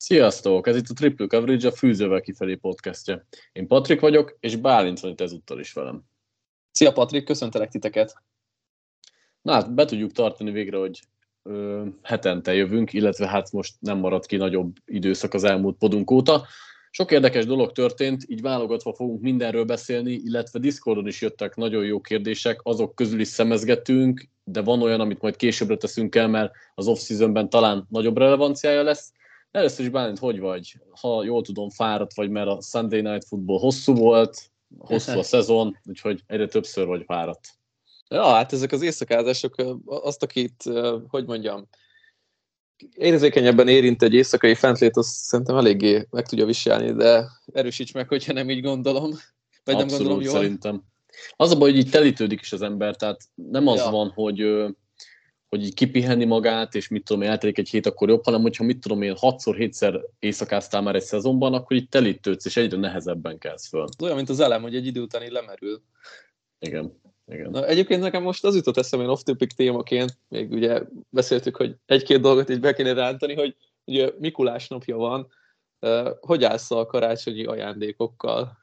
Sziasztok! Ez itt a Triple Coverage, a Fűzővel kifelé podcastje. Én Patrik vagyok, és Bálint van itt ezúttal is velem. Szia Patrik, köszöntelek titeket! Na hát, be tudjuk tartani végre, hogy hetente jövünk, illetve hát most nem maradt ki nagyobb időszak az elmúlt podunk óta. Sok érdekes dolog történt, így válogatva fogunk mindenről beszélni, illetve Discordon is jöttek nagyon jó kérdések, azok közül is szemezgetünk, de van olyan, amit majd későbbre teszünk el, mert az off-seasonben talán nagyobb relevanciája lesz. Először is Bálint, hogy vagy? Ha jól tudom, fáradt vagy, mert a Sunday Night Football hosszú volt, hosszú a szezon, úgyhogy egyre többször vagy fáradt. Ja, hát ezek az éjszakázások, azt, akit, hogy mondjam, érzékenyebben érint egy éjszakai fentlét, azt szerintem eléggé meg tudja viselni, de erősíts meg, hogyha nem így gondolom. Vagy abszolút, nem gondolom jól. Szerintem. Az a baj, hogy így telítődik is az ember, tehát nem az van, hogy így kipihenni magát, és mit tudom én, eltelik egy hét, akkor jobb, hanem hogyha mit tudom én, 6-7-szer éjszakáztál már egy szezonban, akkor így telítődsz, és egyre nehezebben kelsz föl. Olyan, mint az elem, hogy egy idő után így lemerül. Igen. Na, egyébként nekem most az jutott eszembe off-topic témaként, még ugye beszéltük, hogy egy-két dolgot így be kéne rántani, hogy ugye Mikulás napja van, hogy állsz a karácsonyi ajándékokkal?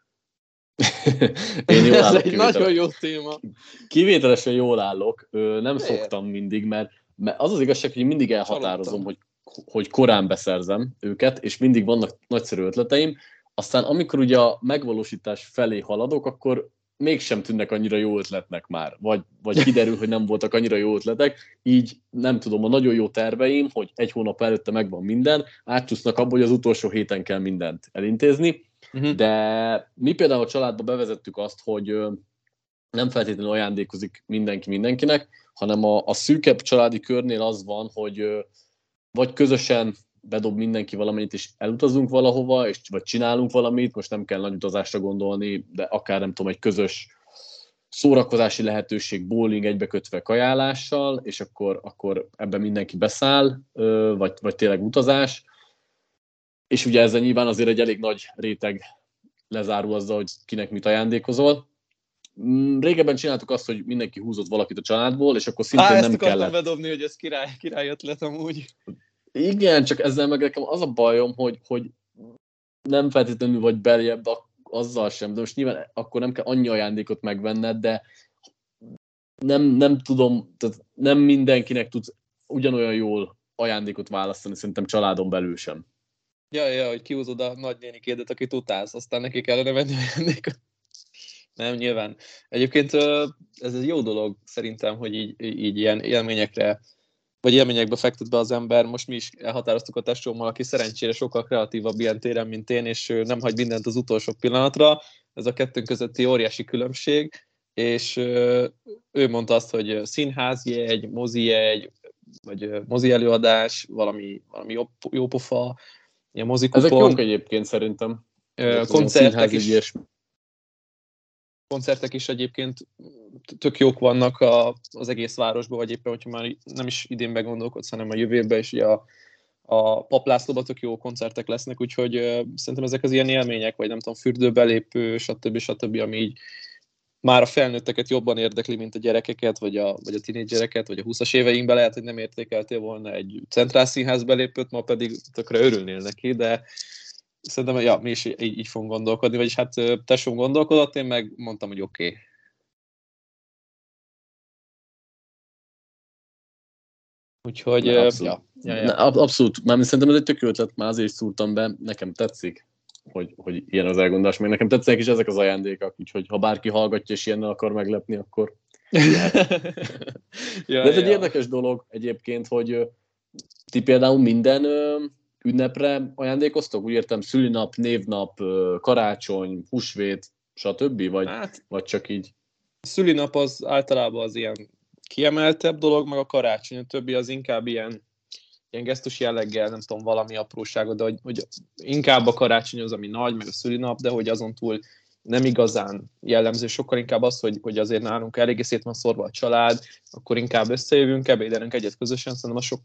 Én jól állok. Ez egy nagyon jó téma. Kivételesen jól állok, nem szoktam mindig, mert az az igazság, hogy mindig elhatározom, hogy korán beszerzem őket, és mindig vannak nagyszerű ötleteim, aztán amikor ugye a megvalósítás felé haladok, akkor mégsem tűnnek annyira jó ötletnek már, vagy kiderül, hogy nem voltak annyira jó ötletek, így nem tudom, a nagyon jó terveim, hogy egy hónap előtte megvan minden, átcsúsznak abba, hogy az utolsó héten kell mindent elintézni, de mi például a családba bevezettük azt, hogy nem feltétlenül ajándékozik mindenki mindenkinek, hanem a szűkebb családi körnél az van, hogy vagy közösen bedob mindenki valamennyit, és elutazunk valahova, vagy csinálunk valamit, most nem kell nagy utazásra gondolni, de akár nem tudom, egy közös szórakozási lehetőség, bowling egybekötve kajálással, és akkor ebben mindenki beszáll, vagy tényleg utazás. És ugye ezzel nyilván azért egy elég nagy réteg lezárul azzal, hogy kinek mit ajándékozol. Régebben csináltuk azt, hogy mindenki húzott valakit a családból, és akkor szintén nem kellett. Ezt akartam bedobni, hogy ez király ötlet amúgy. Igen, csak ezzel meg nekem az a bajom, hogy nem feltétlenül vagy beljebb azzal sem, de most nyilván akkor nem kell annyi ajándékot megvenned, de nem tudom, tehát nem mindenkinek tudsz ugyanolyan jól ajándékot választani, szerintem családon belül sem. Ja, hogy kihúzod a nagynénikédet, akit utálsz, aztán neki kellene venni ajándékot. Nem, nyilván. Egyébként ez egy jó dolog szerintem, hogy így ilyen élményekre, vagy élményekbe fektet be az ember. Most mi is elhatároztuk a tesómmal, aki szerencsére sokkal kreatívabb ilyen téren, mint én, és nem hagy mindent az utolsó pillanatra. Ez a kettőnk közötti óriási különbség, és ő mondta azt, hogy színházjegy, mozijegy, vagy mozi előadás, valami jó pofa, ilyen mozikupon. Ezek jók egyébként szerintem. Koncertek is egyébként tök jók vannak az egész városban, vagy éppen, hogyha már nem is idén begondolkodsz, hanem a jövőben is ugye a Paplászlóban tök jó koncertek lesznek, úgyhogy szerintem ezek az ilyen élmények, vagy nem tudom, fürdőbelépő, stb., ami így már a felnőtteket jobban érdekli, mint a gyerekeket, vagy a tinédzsereket, vagy a 20-as éveinkben lehet, hogy nem értékeltél volna egy Centrál Színház belépőt, ma pedig tökre örülnél neki, de szerintem, mi is így fogunk gondolkodni, vagyis hát tesóm gondolkodott, én meg mondtam, hogy oké. Úgyhogy, abszolút. Abszolút. Mármint szerintem ez egy tök jó ötlet, már azért is szúrtam be, nekem tetszik, hogy ilyen az elgondolás, meg nekem tetszenek is ezek az ajándékok, úgyhogy ha bárki hallgatja és ilyennel akar meglepni, akkor de ez egy érdekes dolog egyébként, hogy ti például minden ünnepre ajándékoztok? Úgy értem, szülinap, névnap, karácsony, húsvét, stb. Vagy csak így? A szülinap az általában az ilyen kiemeltebb dolog, meg a karácsony, a többi az inkább ilyen gesztus jelleggel, nem tudom, valami apróságot, de hogy inkább a karácsony az, ami nagy, meg a szülinap, de hogy azon túl nem igazán jellemző, sokkal inkább az, hogy azért nálunk eléggé szét van szorva a család, akkor inkább összejövünk, ebédelünk egyet közösen, szerintem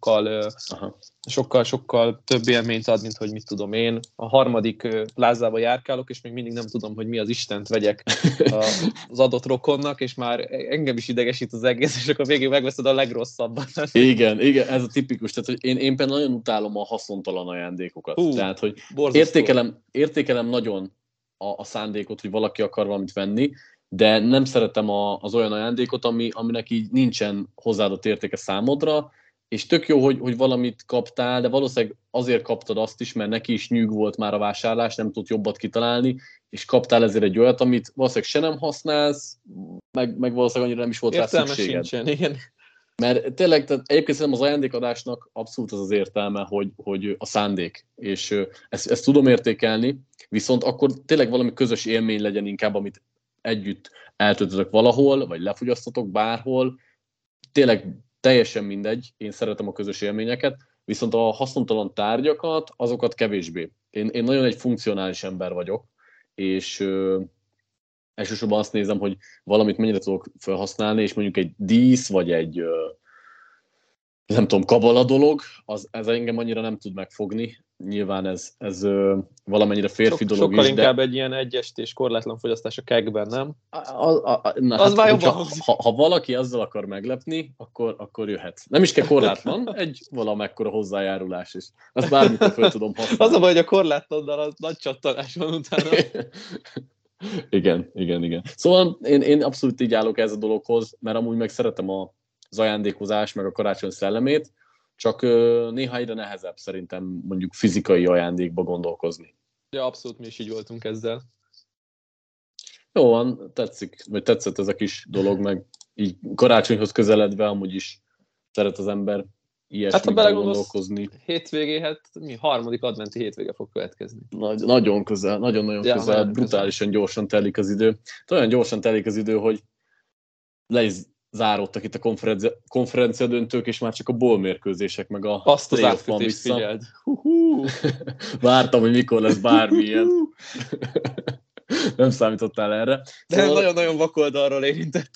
sokkal több élményt ad, mint hogy mit tudom én. A harmadik plázába járkálok, és még mindig nem tudom, hogy mi az Istent vegyek az adott rokonnak, és már engem is idegesít az egész, és akkor végig megveszed a legrosszabbat. Igen, ez a tipikus. Tehát, hogy én például nagyon utálom a haszontalan ajándékokat. Tehát, hogy értékelem nagyon a szándékot, hogy valaki akar valamit venni, de nem szeretem az olyan ajándékot, aminek így nincsen hozzáadott értéke számodra, és tök jó, hogy valamit kaptál, de valószínűleg azért kaptad azt is, mert neki is nyűg volt már a vásárlás, nem tudott jobbat kitalálni, és kaptál ezért egy olyat, amit valószínűleg se nem használsz, meg valószínűleg annyira nem is volt értelme rá szükséged. Sincsen, igen. Mert tényleg, tehát egyébként szerintem az ajándékadásnak abszolút az értelme, hogy a szándék, és ezt tudom értékelni, viszont akkor tényleg valami közös élmény legyen inkább, amit együtt eltöltötök valahol, vagy lefogyasztotok bárhol. Tényleg teljesen mindegy, én szeretem a közös élményeket, viszont a haszontalan tárgyakat, azokat kevésbé. Én nagyon egy funkcionális ember vagyok, és elsősorban azt nézem, hogy valamit mennyire tudok felhasználni, és mondjuk egy dísz, vagy egy nem tudom, kabala dolog, ez engem annyira nem tud megfogni. Nyilván ez valamennyire férfi dolog sokkal is, inkább egy ilyen egyestés, korlátlan fogyasztás a kegben, nem? Az már jobban ha valaki azzal akar meglepni, akkor jöhet. Nem is kell korlátlan, egy valamekkora hozzájárulás is. Ezt bármikor fel tudom használni. Az a baj, hogy a korlátlannal az nagy csattanás van utána. Igen. Szóval én abszolút így állok ez a dologhoz, mert amúgy meg szeretem az ajándékozás, meg a karácsony szellemét, csak néha egyre nehezebb szerintem mondjuk fizikai ajándékba gondolkozni. Ja, abszolút mi is így voltunk ezzel. Jó van, tetszett ez a kis dolog, meg így karácsonyhoz közeledve amúgy is szeret az ember ilyesmikben gondolkozni. Hétvégé, harmadik adventi hétvége fog következni. Nagyon közel, nagyon-nagyon közel, brutálisan gyorsan telik az idő. Olyan gyorsan telik az idő, hogy le is záródtak itt a konferencia döntők, és már csak a bólmérkőzések, meg a azt az átkötést figyeld. Vártam, hogy mikor lesz bármilyen. Nem számítottál erre. De nagyon-nagyon vakoldalról érintett.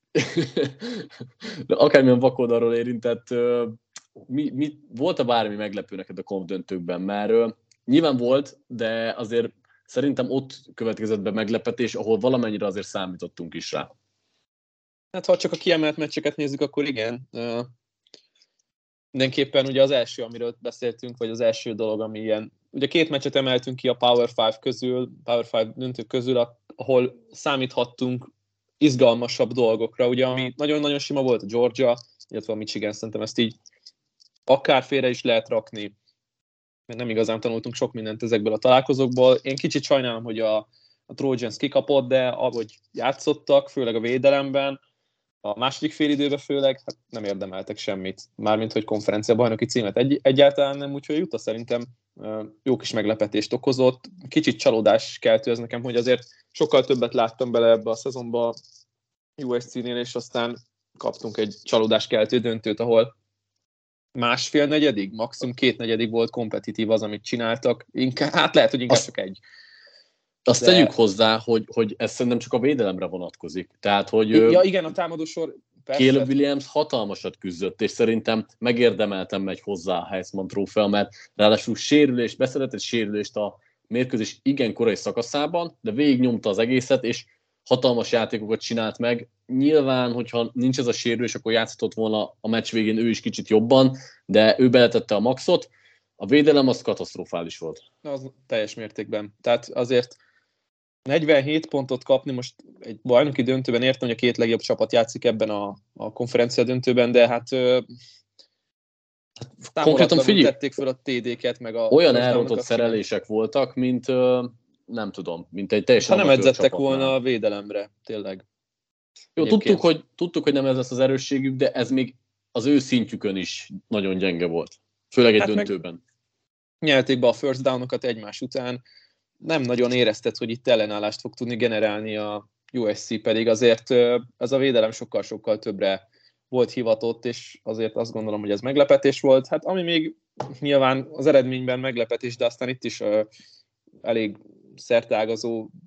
De akármilyen vakoldalról érintett, volt-e bármi meglepő neked a konf döntőkben? Mert nyilván volt, de azért szerintem ott következett be meglepetés, ahol valamennyire azért számítottunk is rá. Hát ha csak a kiemelt meccseket nézzük, akkor igen. Mindenképpen ugye az első, amiről beszéltünk, vagy az első dolog, ami ilyen... Ugye 2 meccset emeltünk ki a Power 5 döntők közül, ahol számíthattunk izgalmasabb dolgokra. Ugye, ami nagyon-nagyon sima volt a Georgia, illetve a Michigan, szerintem ezt így akár félre is lehet rakni, mert nem igazán tanultunk sok mindent ezekből a találkozókból. Én kicsit sajnálom, hogy a Trojans kikapott, de ahogy játszottak, főleg a védelemben, a második félidőben főleg, hát nem érdemeltek semmit. Mármint, hogy konferenciabajnoki címet egyáltalán nem, úgyhogy Utah szerintem jó kis meglepetést okozott. Kicsit csalódás keltő ez nekem, hogy azért sokkal többet láttam bele ebbe a szezonba USC-nél, és aztán kaptunk egy csalódás keltő döntőt, ahol másfél negyedig, maximum 2 negyedig volt kompetitív az, amit csináltak. Lehet, hogy inkább csak egy. Azt tegyük hozzá, hogy ez szerintem csak a védelemre vonatkozik. Tehát, hogy ja, igen, a támadósor... Caleb Williams hatalmasat küzdött, és szerintem megérdemeltem megy hozzá a Heisman trófea, mert ráadásul beszedett egy sérülést a mérkőzés igen korai szakaszában, de végignyomta az egészet, és hatalmas játékokat csinált meg. Nyilván, hogyha nincs ez a sérülés, akkor játszhatott volna a meccs végén ő is kicsit jobban, de ő beletette a maxot. A védelem az katasztrofális volt. Az teljes mértékben. Tehát azért 47 pontot kapni, most egy bajnoki döntőben értem, hogy a 2 legjobb csapat játszik ebben a konferencia döntőben, de hát konkrétan tették fel a TD-ket, meg olyan elrontott szerelések voltak, mint nem tudom, mint egy teljesen ha nem edzettek volna a védelemre, tényleg. Jó, tudtuk, hogy nem ez lesz az erősségük, de ez még az ő szintjükön is nagyon gyenge volt. Főleg egy döntőben. Nyelték be a first downokat egymás után. Nem nagyon érezted, hogy itt ellenállást fog tudni generálni a USC, pedig azért ez a védelem sokkal-sokkal többre volt hivatott, és azért azt gondolom, hogy ez meglepetés volt. Hát ami még nyilván az eredményben meglepetés, de aztán itt is elég szerteágazó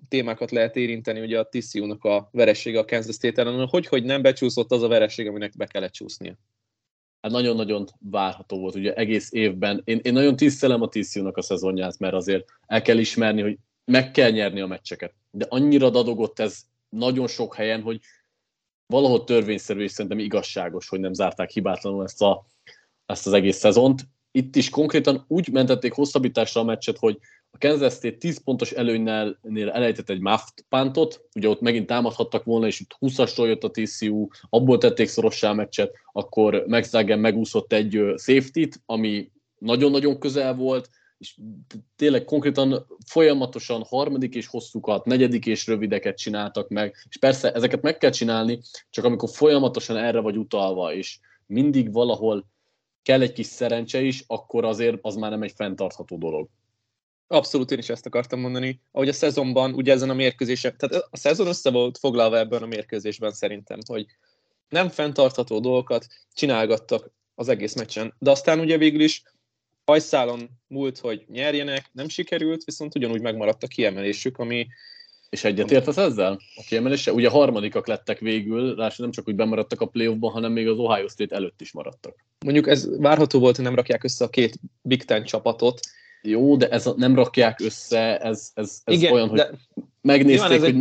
témákat lehet érinteni, ugye a TCU-nak a veresége a Kansas State ellen, hogy nem becsúszott az a vereség, aminek be kellett csúsznia. Hát nagyon-nagyon várható volt ugye egész évben. Én nagyon tisztelem a TCU-nak a szezonját, mert azért el kell ismerni, hogy meg kell nyerni a meccseket. De annyira dadogott ez nagyon sok helyen, hogy valahol törvényszerű és szerintem igazságos, hogy nem zárták hibátlanul ezt az egész szezont. Itt is konkrétan úgy mentették hosszabbításra a meccset, hogy a Kansas State 10 pontos előnynél elejtett egy muffed puntot, ugye ott megint támadhattak volna, és itt 20-asról jött a TCU, abból tették szorossá a meccset, akkor Max Duggan megúszott egy safety-t, ami nagyon-nagyon közel volt, és tényleg konkrétan folyamatosan harmadik és hosszúkat, negyedik és rövideket csináltak meg, és persze ezeket meg kell csinálni, csak amikor folyamatosan erre vagy utalva, és mindig valahol kell egy kis szerencse is, akkor azért az már nem egy fenntartható dolog. Abszolút, én is ezt akartam mondani. Ahogy a szezonban, ugye ezen a mérkőzésen, tehát a szezon össze volt foglalva ebben a mérkőzésben szerintem, hogy nem fenntartható dolgokat csinálgattak az egész meccsen. De aztán ugye végül is hajszálon múlt, hogy nyerjenek, nem sikerült, viszont ugyanúgy megmaradt a kiemelésük, ami... És egyetértesz ezzel? A kiemelése? Ugye harmadikak lettek végül, ráadásul nem csak úgy bemaradtak a playoffban, hanem még az Ohio State előtt is maradtak. Mondjuk ez várható volt, hogy nem rakják össze a két Big Ten csapatot. Jó, de nem rakják össze, ez igen, olyan, hogy megnézték, hogy...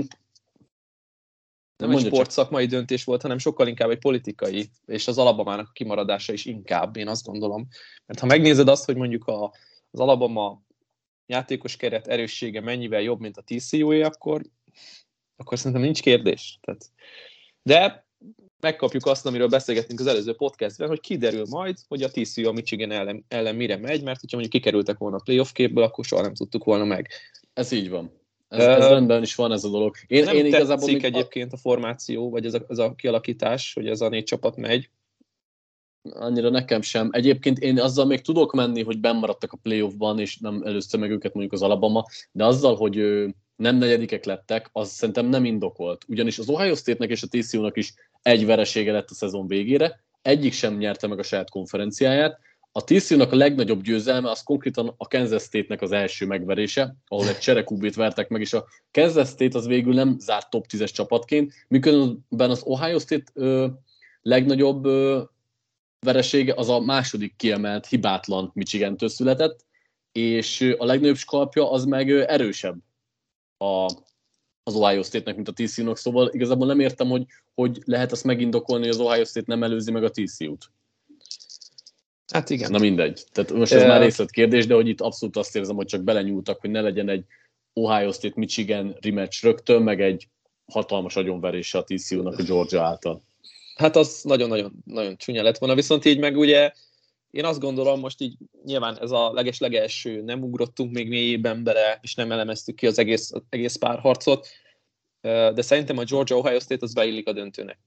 Nem egy sportszakmai döntés volt, hanem sokkal inkább egy politikai, és az Alabamának a kimaradása is inkább, én azt gondolom. Mert ha megnézed azt, hogy mondjuk az Alabama játékos keret erőssége mennyivel jobb, mint a TCU-é, akkor szerintem nincs kérdés. De megkapjuk azt, amiről beszélgettünk az előző podcastben, hogy kiderül majd, hogy a TCU a Michigan ellen mire megy, mert hogyha mondjuk kikerültek volna a playoff képből, akkor soha nem tudtuk volna meg. Ez így van. Ez rendben is van ez a dolog. Nem igazából tetszik egyébként a formáció, vagy ez a kialakítás, hogy ez a 4 csapat megy. Annyira nekem sem. Egyébként én azzal még tudok menni, hogy bennmaradtak a playoffban, és nem előzte meg őket mondjuk az Alabama, de azzal, hogy nem negyedikek lettek, az szerintem nem indokolt. Ugyanis az Ohio State-nek és a TCU-nak is egy veresége lett a szezon végére, egyik sem nyerte meg a saját konferenciáját. A TCU-nak a legnagyobb győzelme az konkrétan a Kansas State-nek az első megverése, ahol egy cserekúbét vertek meg, és a Kansas State az végül nem zárt top 10-es csapatként, miközben az Ohio State legnagyobb veresége az a második kiemelt, hibátlan Michigantől született, és a legnagyobb skalpja az meg erősebb az Ohio State-nek, mint a TCU-nak, szóval igazából nem értem, hogy lehet azt megindokolni, hogy az Ohio State nem előzi meg a TCU-t. Hát igen. Na mindegy. Tehát most ez már részletkérdés, de hogy itt abszolút azt érzem, hogy csak belenyúltak, hogy ne legyen egy Ohio State-Michigan rematch rögtön, meg egy hatalmas agyonverése a TCU-nak a Georgia által. Hát az nagyon csúnya lett volna, viszont így meg ugye én azt gondolom, most így nyilván ez a leges-legelső, nem ugrottunk még mélyében bele, és nem elemeztük ki az egész párharcot, de szerintem a Georgia-Ohio State az beillik a döntőnek.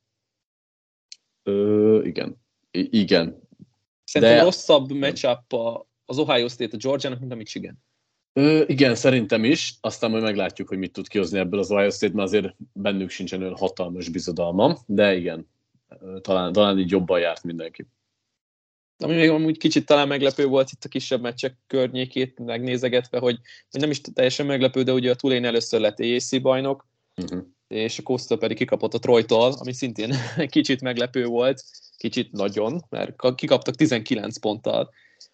Igen. Szerintem rosszabb matchup az Ohio State a Georgia-nak, mint a Michigan. Igen, szerintem is. Aztán majd meglátjuk, hogy mit tud kihozni ebből az Ohio State, mert azért bennük sincsen olyan hatalmas bizodalma, de igen, talán így jobban járt mindenki. Ami még amúgy kicsit talán meglepő volt itt a kisebb meccsek környékét megnézegetve, hogy nem is teljesen meglepő, de ugye a Tulane először lett AAC bajnok, és a Coastal pedig kikapott a Troytól, ami szintén kicsit meglepő volt, kicsit nagyon, mert kikaptak 19 ponttal.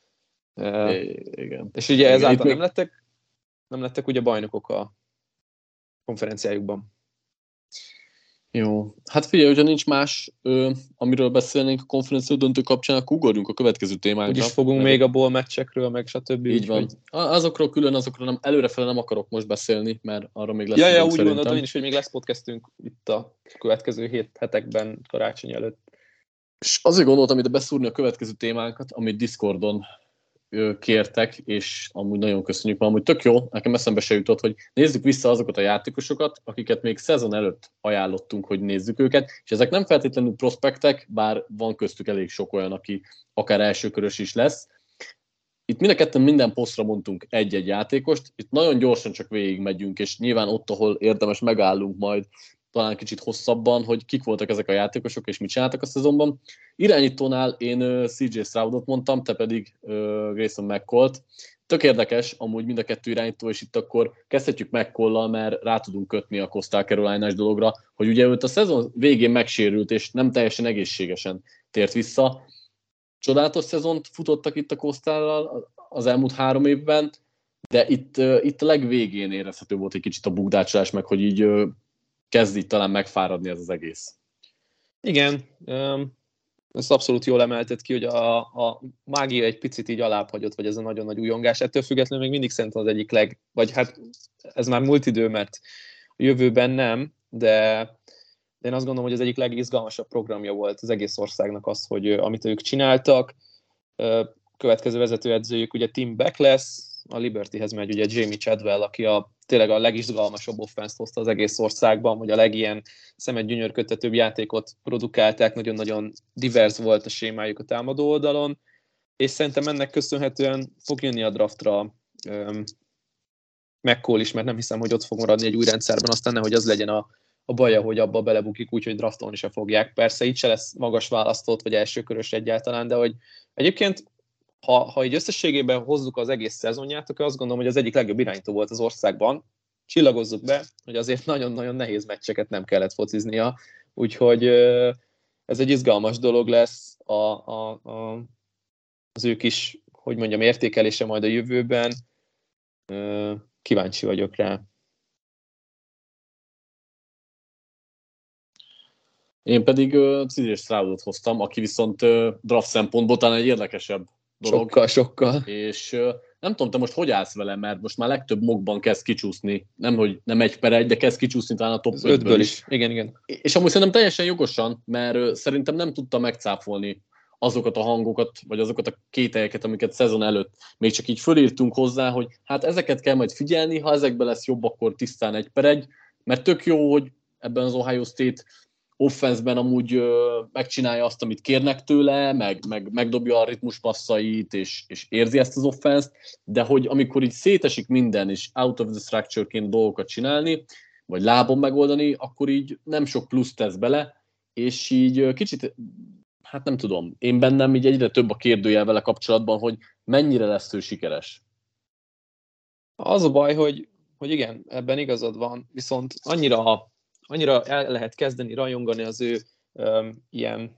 Igen. És ugye ezáltal nem lettek ugye bajnokok a konferenciájukban. Jó. Hát figyelj, hogyha nincs más, amiről beszélnénk a konferencia döntő kapcsán, akkor ugorjunk a következő témánkra. Úgyis fogunk még a bowl meccsekről, meg stb. Így van. Azokról nem, előrefele nem akarok most beszélni, mert arra még lesz úgy gondoltam én is, hogy még lesz podcastünk itt a következő hetekben karácsony előtt. És azért gondoltam ide beszúrni a következő témánkat, amit Discordon kértek, és amúgy nagyon köszönjük, mert amúgy tök jó, nekem eszembe se jutott, hogy nézzük vissza azokat a játékosokat, akiket még szezon előtt ajánlottunk, hogy nézzük őket, és ezek nem feltétlenül prospektek, bár van köztük elég sok olyan, aki akár elsőkörös is lesz. Itt mind a ketten minden posztra mondtunk egy-egy játékost, itt nagyon gyorsan csak végigmegyünk, és nyilván ott, ahol érdemes, megállunk majd talán kicsit hosszabban, hogy kik voltak ezek a játékosok, és mit csináltak a szezonban. Irányítónál én CJ Stroudot mondtam, te pedig Grayson McCall-t. tök érdekes, amúgy mind a kettő irányító, és itt akkor kezdhetjük McCall-lal, mert rá tudunk kötni a Coastal Carolina-s dologra, hogy ugye őt a szezon végén megsérült, és nem teljesen egészségesen tért vissza. Csodálatos szezont futottak itt a Coastal-lal az elmúlt 3 évben, de itt a legvégén érezhető volt egy kicsit a bukdácsolás, meg hogy így kezd így talán megfáradni ez az egész. Igen, ezt abszolút jól emelted ki, hogy a mágia egy picit így alább hagyott, vagy ez a nagyon nagy újongás. Ettől függetlenül még mindig szerintem az egyik vagy hát ez már múlt idő, mert a jövőben nem, de én azt gondolom, hogy az egyik legizgalmasabb programja volt az egész országnak az, hogy amit ők csináltak. Következő vezetőedzőjük ugye Tim Beck lesz, a Libertyhez megy ugye Jamie Chadwell, aki tényleg a legizgalmasabb offense-t hozta az egész országban, hogy a legilyen szemet gyönyörködtetőbb játékot produkálták, nagyon-nagyon divers volt a sémájuk a támadó oldalon, és szerintem ennek köszönhetően fog jönni a draftra McCall is, mert nem hiszem, hogy ott fog maradni egy új rendszerben, aztán nehogy az legyen a baja, hogy abba belebukik úgy, hogy draftolni se fogják. Persze itt se lesz magas választott, vagy elsőkörös egyáltalán, de hogy egyébként ha így összességében hozzuk az egész szezonját, akkor azt gondolom, hogy az egyik legjobb irányító volt az országban. Csillagozzuk be, hogy azért nagyon-nagyon nehéz meccseket nem kellett fociznia, úgyhogy ez egy izgalmas dolog lesz az ők is, hogy mondjam, értékelése majd a jövőben. Kíváncsi vagyok rá. Én pedig CJ Stroudot hoztam, aki viszont draft szempontból talán egy érdekesebb dolog. Sokkal. És nem tudom, te most hogy állsz vele, mert most már legtöbb mockban kezd kicsúszni, nem 1/1, de kezd kicsúszni talán a top 5-ből is. Igen. És amúgy szerintem teljesen jogosan, mert szerintem nem tudta megcáfolni azokat a hangokat, vagy azokat a kételyeket, amiket szezon előtt még csak így fölírtunk hozzá, hogy hát ezeket kell majd figyelni, ha ezekben lesz jobb, akkor tisztán 1/1, mert tök jó, hogy ebben az Ohio State offenszben amúgy megcsinálja azt, amit kérnek tőle, megdobja a ritmus passzait, és érzi ezt az offenszt, de hogy amikor így szétesik minden, és out of the structure-ként dolgokat csinálni, vagy lábon megoldani, akkor így nem sok plusz tesz bele, és így kicsit, hát nem tudom, én bennem így egyre több a kérdőjel vele kapcsolatban, hogy mennyire lesz ő sikeres. Az a baj, hogy igen, ebben igazad van, viszont annyira el lehet kezdeni rajongani az ő ilyen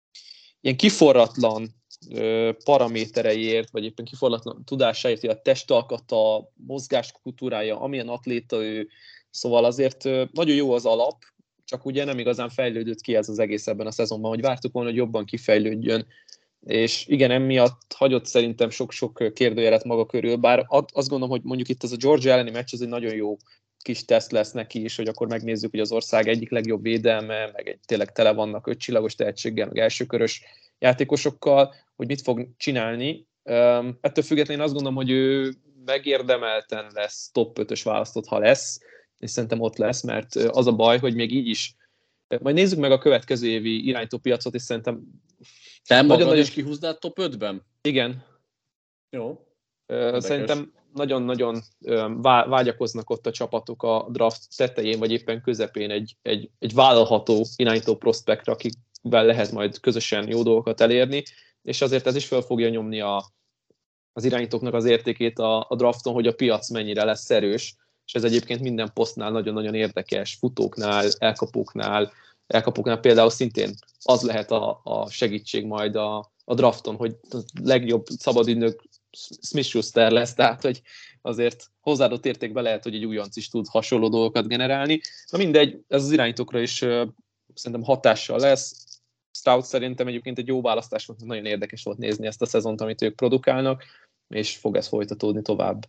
kiforratlan paramétereiért, vagy éppen kiforratlan tudásáért, hogy a testalkata, mozgáskultúrája, amilyen atléta ő, szóval azért nagyon jó az alap, csak ugye nem igazán fejlődött ki ez az egész ebben a szezonban, hogy vártuk volna, hogy jobban kifejlődjön, és igen, emiatt hagyott szerintem sok-sok kérdőjelet maga körül, bár azt gondolom, hogy mondjuk itt ez a Georgia elleni meccs, ez egy nagyon jó kis teszt lesz neki is, hogy akkor megnézzük, hogy az ország egyik legjobb védelme, meg tényleg tele vannak 5 csillagos tehetséggel, meg elsőkörös játékosokkal, hogy mit fog csinálni. Ettől függetlenül azt gondolom, hogy ő megérdemelten lesz top 5-ös választott, ha lesz, és szerintem ott lesz, mert az a baj, hogy még így is. Majd nézzük meg a következő évi irányítópiacot, és szerintem... Te magad is kihúznád top 5-ben? Igen. Jó. Szerintem nagyon-nagyon vágyakoznak ott a csapatok a draft tetején, vagy éppen közepén egy vállalható irányító prospektre, akikvel lehet majd közösen jó dolgokat elérni, és azért ez is fel fogja nyomni az irányítóknak az értékét a drafton, hogy a piac mennyire lesz erős, és ez egyébként minden posztnál nagyon-nagyon érdekes, futóknál, elkapóknál például szintén az lehet a segítség majd a drafton, hogy a legjobb szabadügynök Smith-Schuster lesz, tehát hogy azért hozzáadott értékben lehet, hogy egy újonc is tud hasonló dolgokat generálni. Na mindegy, ez az irányítókra is szerintem hatással lesz. Stroud szerintem egyébként egy jó választás volt, nagyon érdekes volt nézni ezt a szezont, amit ők produkálnak, és fog ez folytatódni tovább.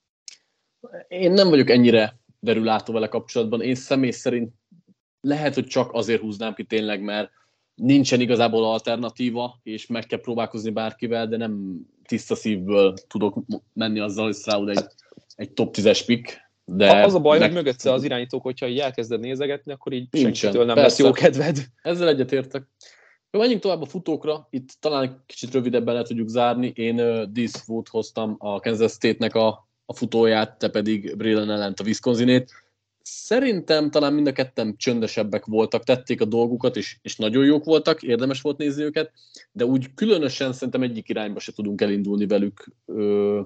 Én nem vagyok ennyire derülátó vele kapcsolatban. Én személy szerint lehet, hogy csak azért húznám ki tényleg, mert nincsen igazából alternatíva, és meg kell próbálkozni bárkivel, de nem tiszta szívből tudok menni azzal, hogy Stroud egy top 10-es pick. De az a baj, hogy mögötte az irányítók, hogyha így elkezded nézegetni, akkor így senkitől nem lesz jó kedved. Ezzel egyetértek. Jó, menjünk tovább a futókra. Itt talán kicsit rövidebben le tudjuk zárni. Én Deuce Wood hoztam a Kansas State-nek a futóját, te pedig Braylon Allent a Wisconsinét. Szerintem talán mind a ketten csöndesebbek voltak, tették a dolgukat, és nagyon jók voltak, érdemes volt nézni őket, de úgy különösen szerintem egyik irányba se tudunk elindulni velük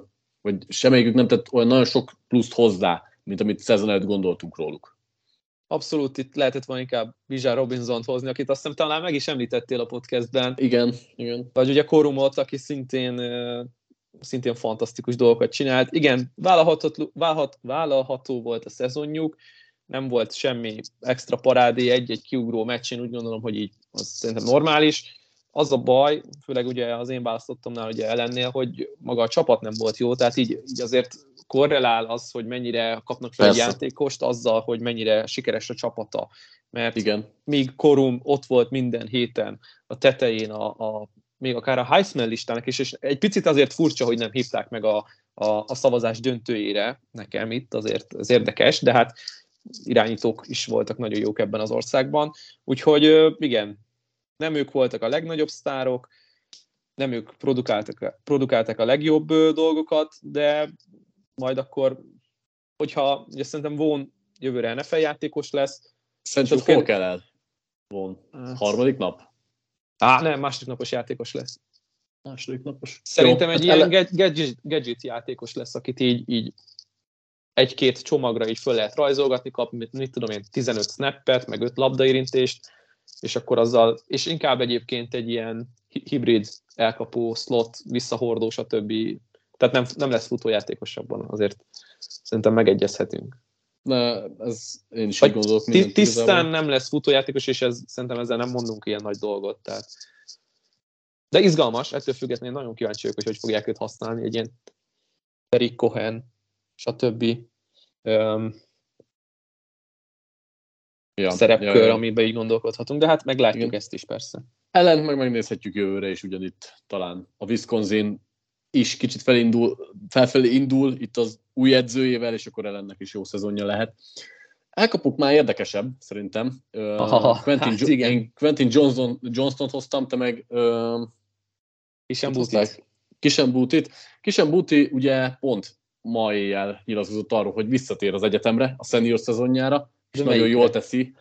vagy semmelyikük nem tett olyan nagyon sok pluszt hozzá, mint amit szezon előtt gondoltunk róluk. Abszolút itt lehetett volna inkább Bijan Robinsont hozni, akit azt hiszem talán meg is említettél a podcastben. Igen. Vagy ugye Korumot, aki szintén fantasztikus dolgokat csinált. Igen, vállalható volt a szezonjuk, nem volt semmi extra parádé, egy kiugró meccsén, úgy gondolom, hogy így az szerintem normális. Az a baj, főleg ugye az én választottomnál ugye ellennél, hogy maga a csapat nem volt jó, tehát így azért korrelál az, hogy mennyire kapnak fel egy játékost azzal, hogy mennyire sikeres a csapata. Mert igen. míg Korum ott volt minden héten a tetején, még akár a Heisman listának is, és egy picit azért furcsa, hogy nem hívták meg a szavazás döntőjére, nekem itt azért ez érdekes, de hát irányítók is voltak nagyon jók ebben az országban. Úgyhogy igen, nem ők voltak a legnagyobb sztárok, nem ők produkáltak a legjobb dolgokat, de majd akkor, hogyha ugye szerintem Vaughn jövőre NFL játékos lesz. Szerintem hol kell el? Vaughn. Harmadik nap? Nem, második napos játékos lesz. Második napos. Szerintem egy ilyen gadget játékos lesz, akit így egy-két csomagra így föl lehet rajzolgatni, kap, mit tudom én, 15 snappet, meg 5 labdaérintést, és akkor azzal, és inkább egyébként egy ilyen hibrid elkapó, slot, visszahordó, stb. Tehát nem lesz futójátékosabban, azért szerintem megegyezhetünk. Ez én is így gondolok. Tisztán nem lesz futójátékos, és szerintem ezzel nem mondunk ilyen nagy dolgot. Tehát. De izgalmas, ettől függetlenül nagyon kíváncsi vagyok, hogy fogják őt használni, egy ilyen Eric Cohen, stb. Szerepkör, amiben így gondolkodhatunk, de hát meglátjuk igen. Ezt is persze. Ellen meg megnézhetjük jövőre, és ugyanitt talán a Wisconsin is kicsit felfelé indul itt az új edzőjével, és akkor Ellennek is jó szezonja lehet. Elkapuk már érdekesebb, szerintem. Quentin Johnston-t hoztam, te meg Kishen Booty ugye pont ma éjjel nyilatkozott arról, hogy visszatér az egyetemre a senior szezonjára, és nagyon jól teszi.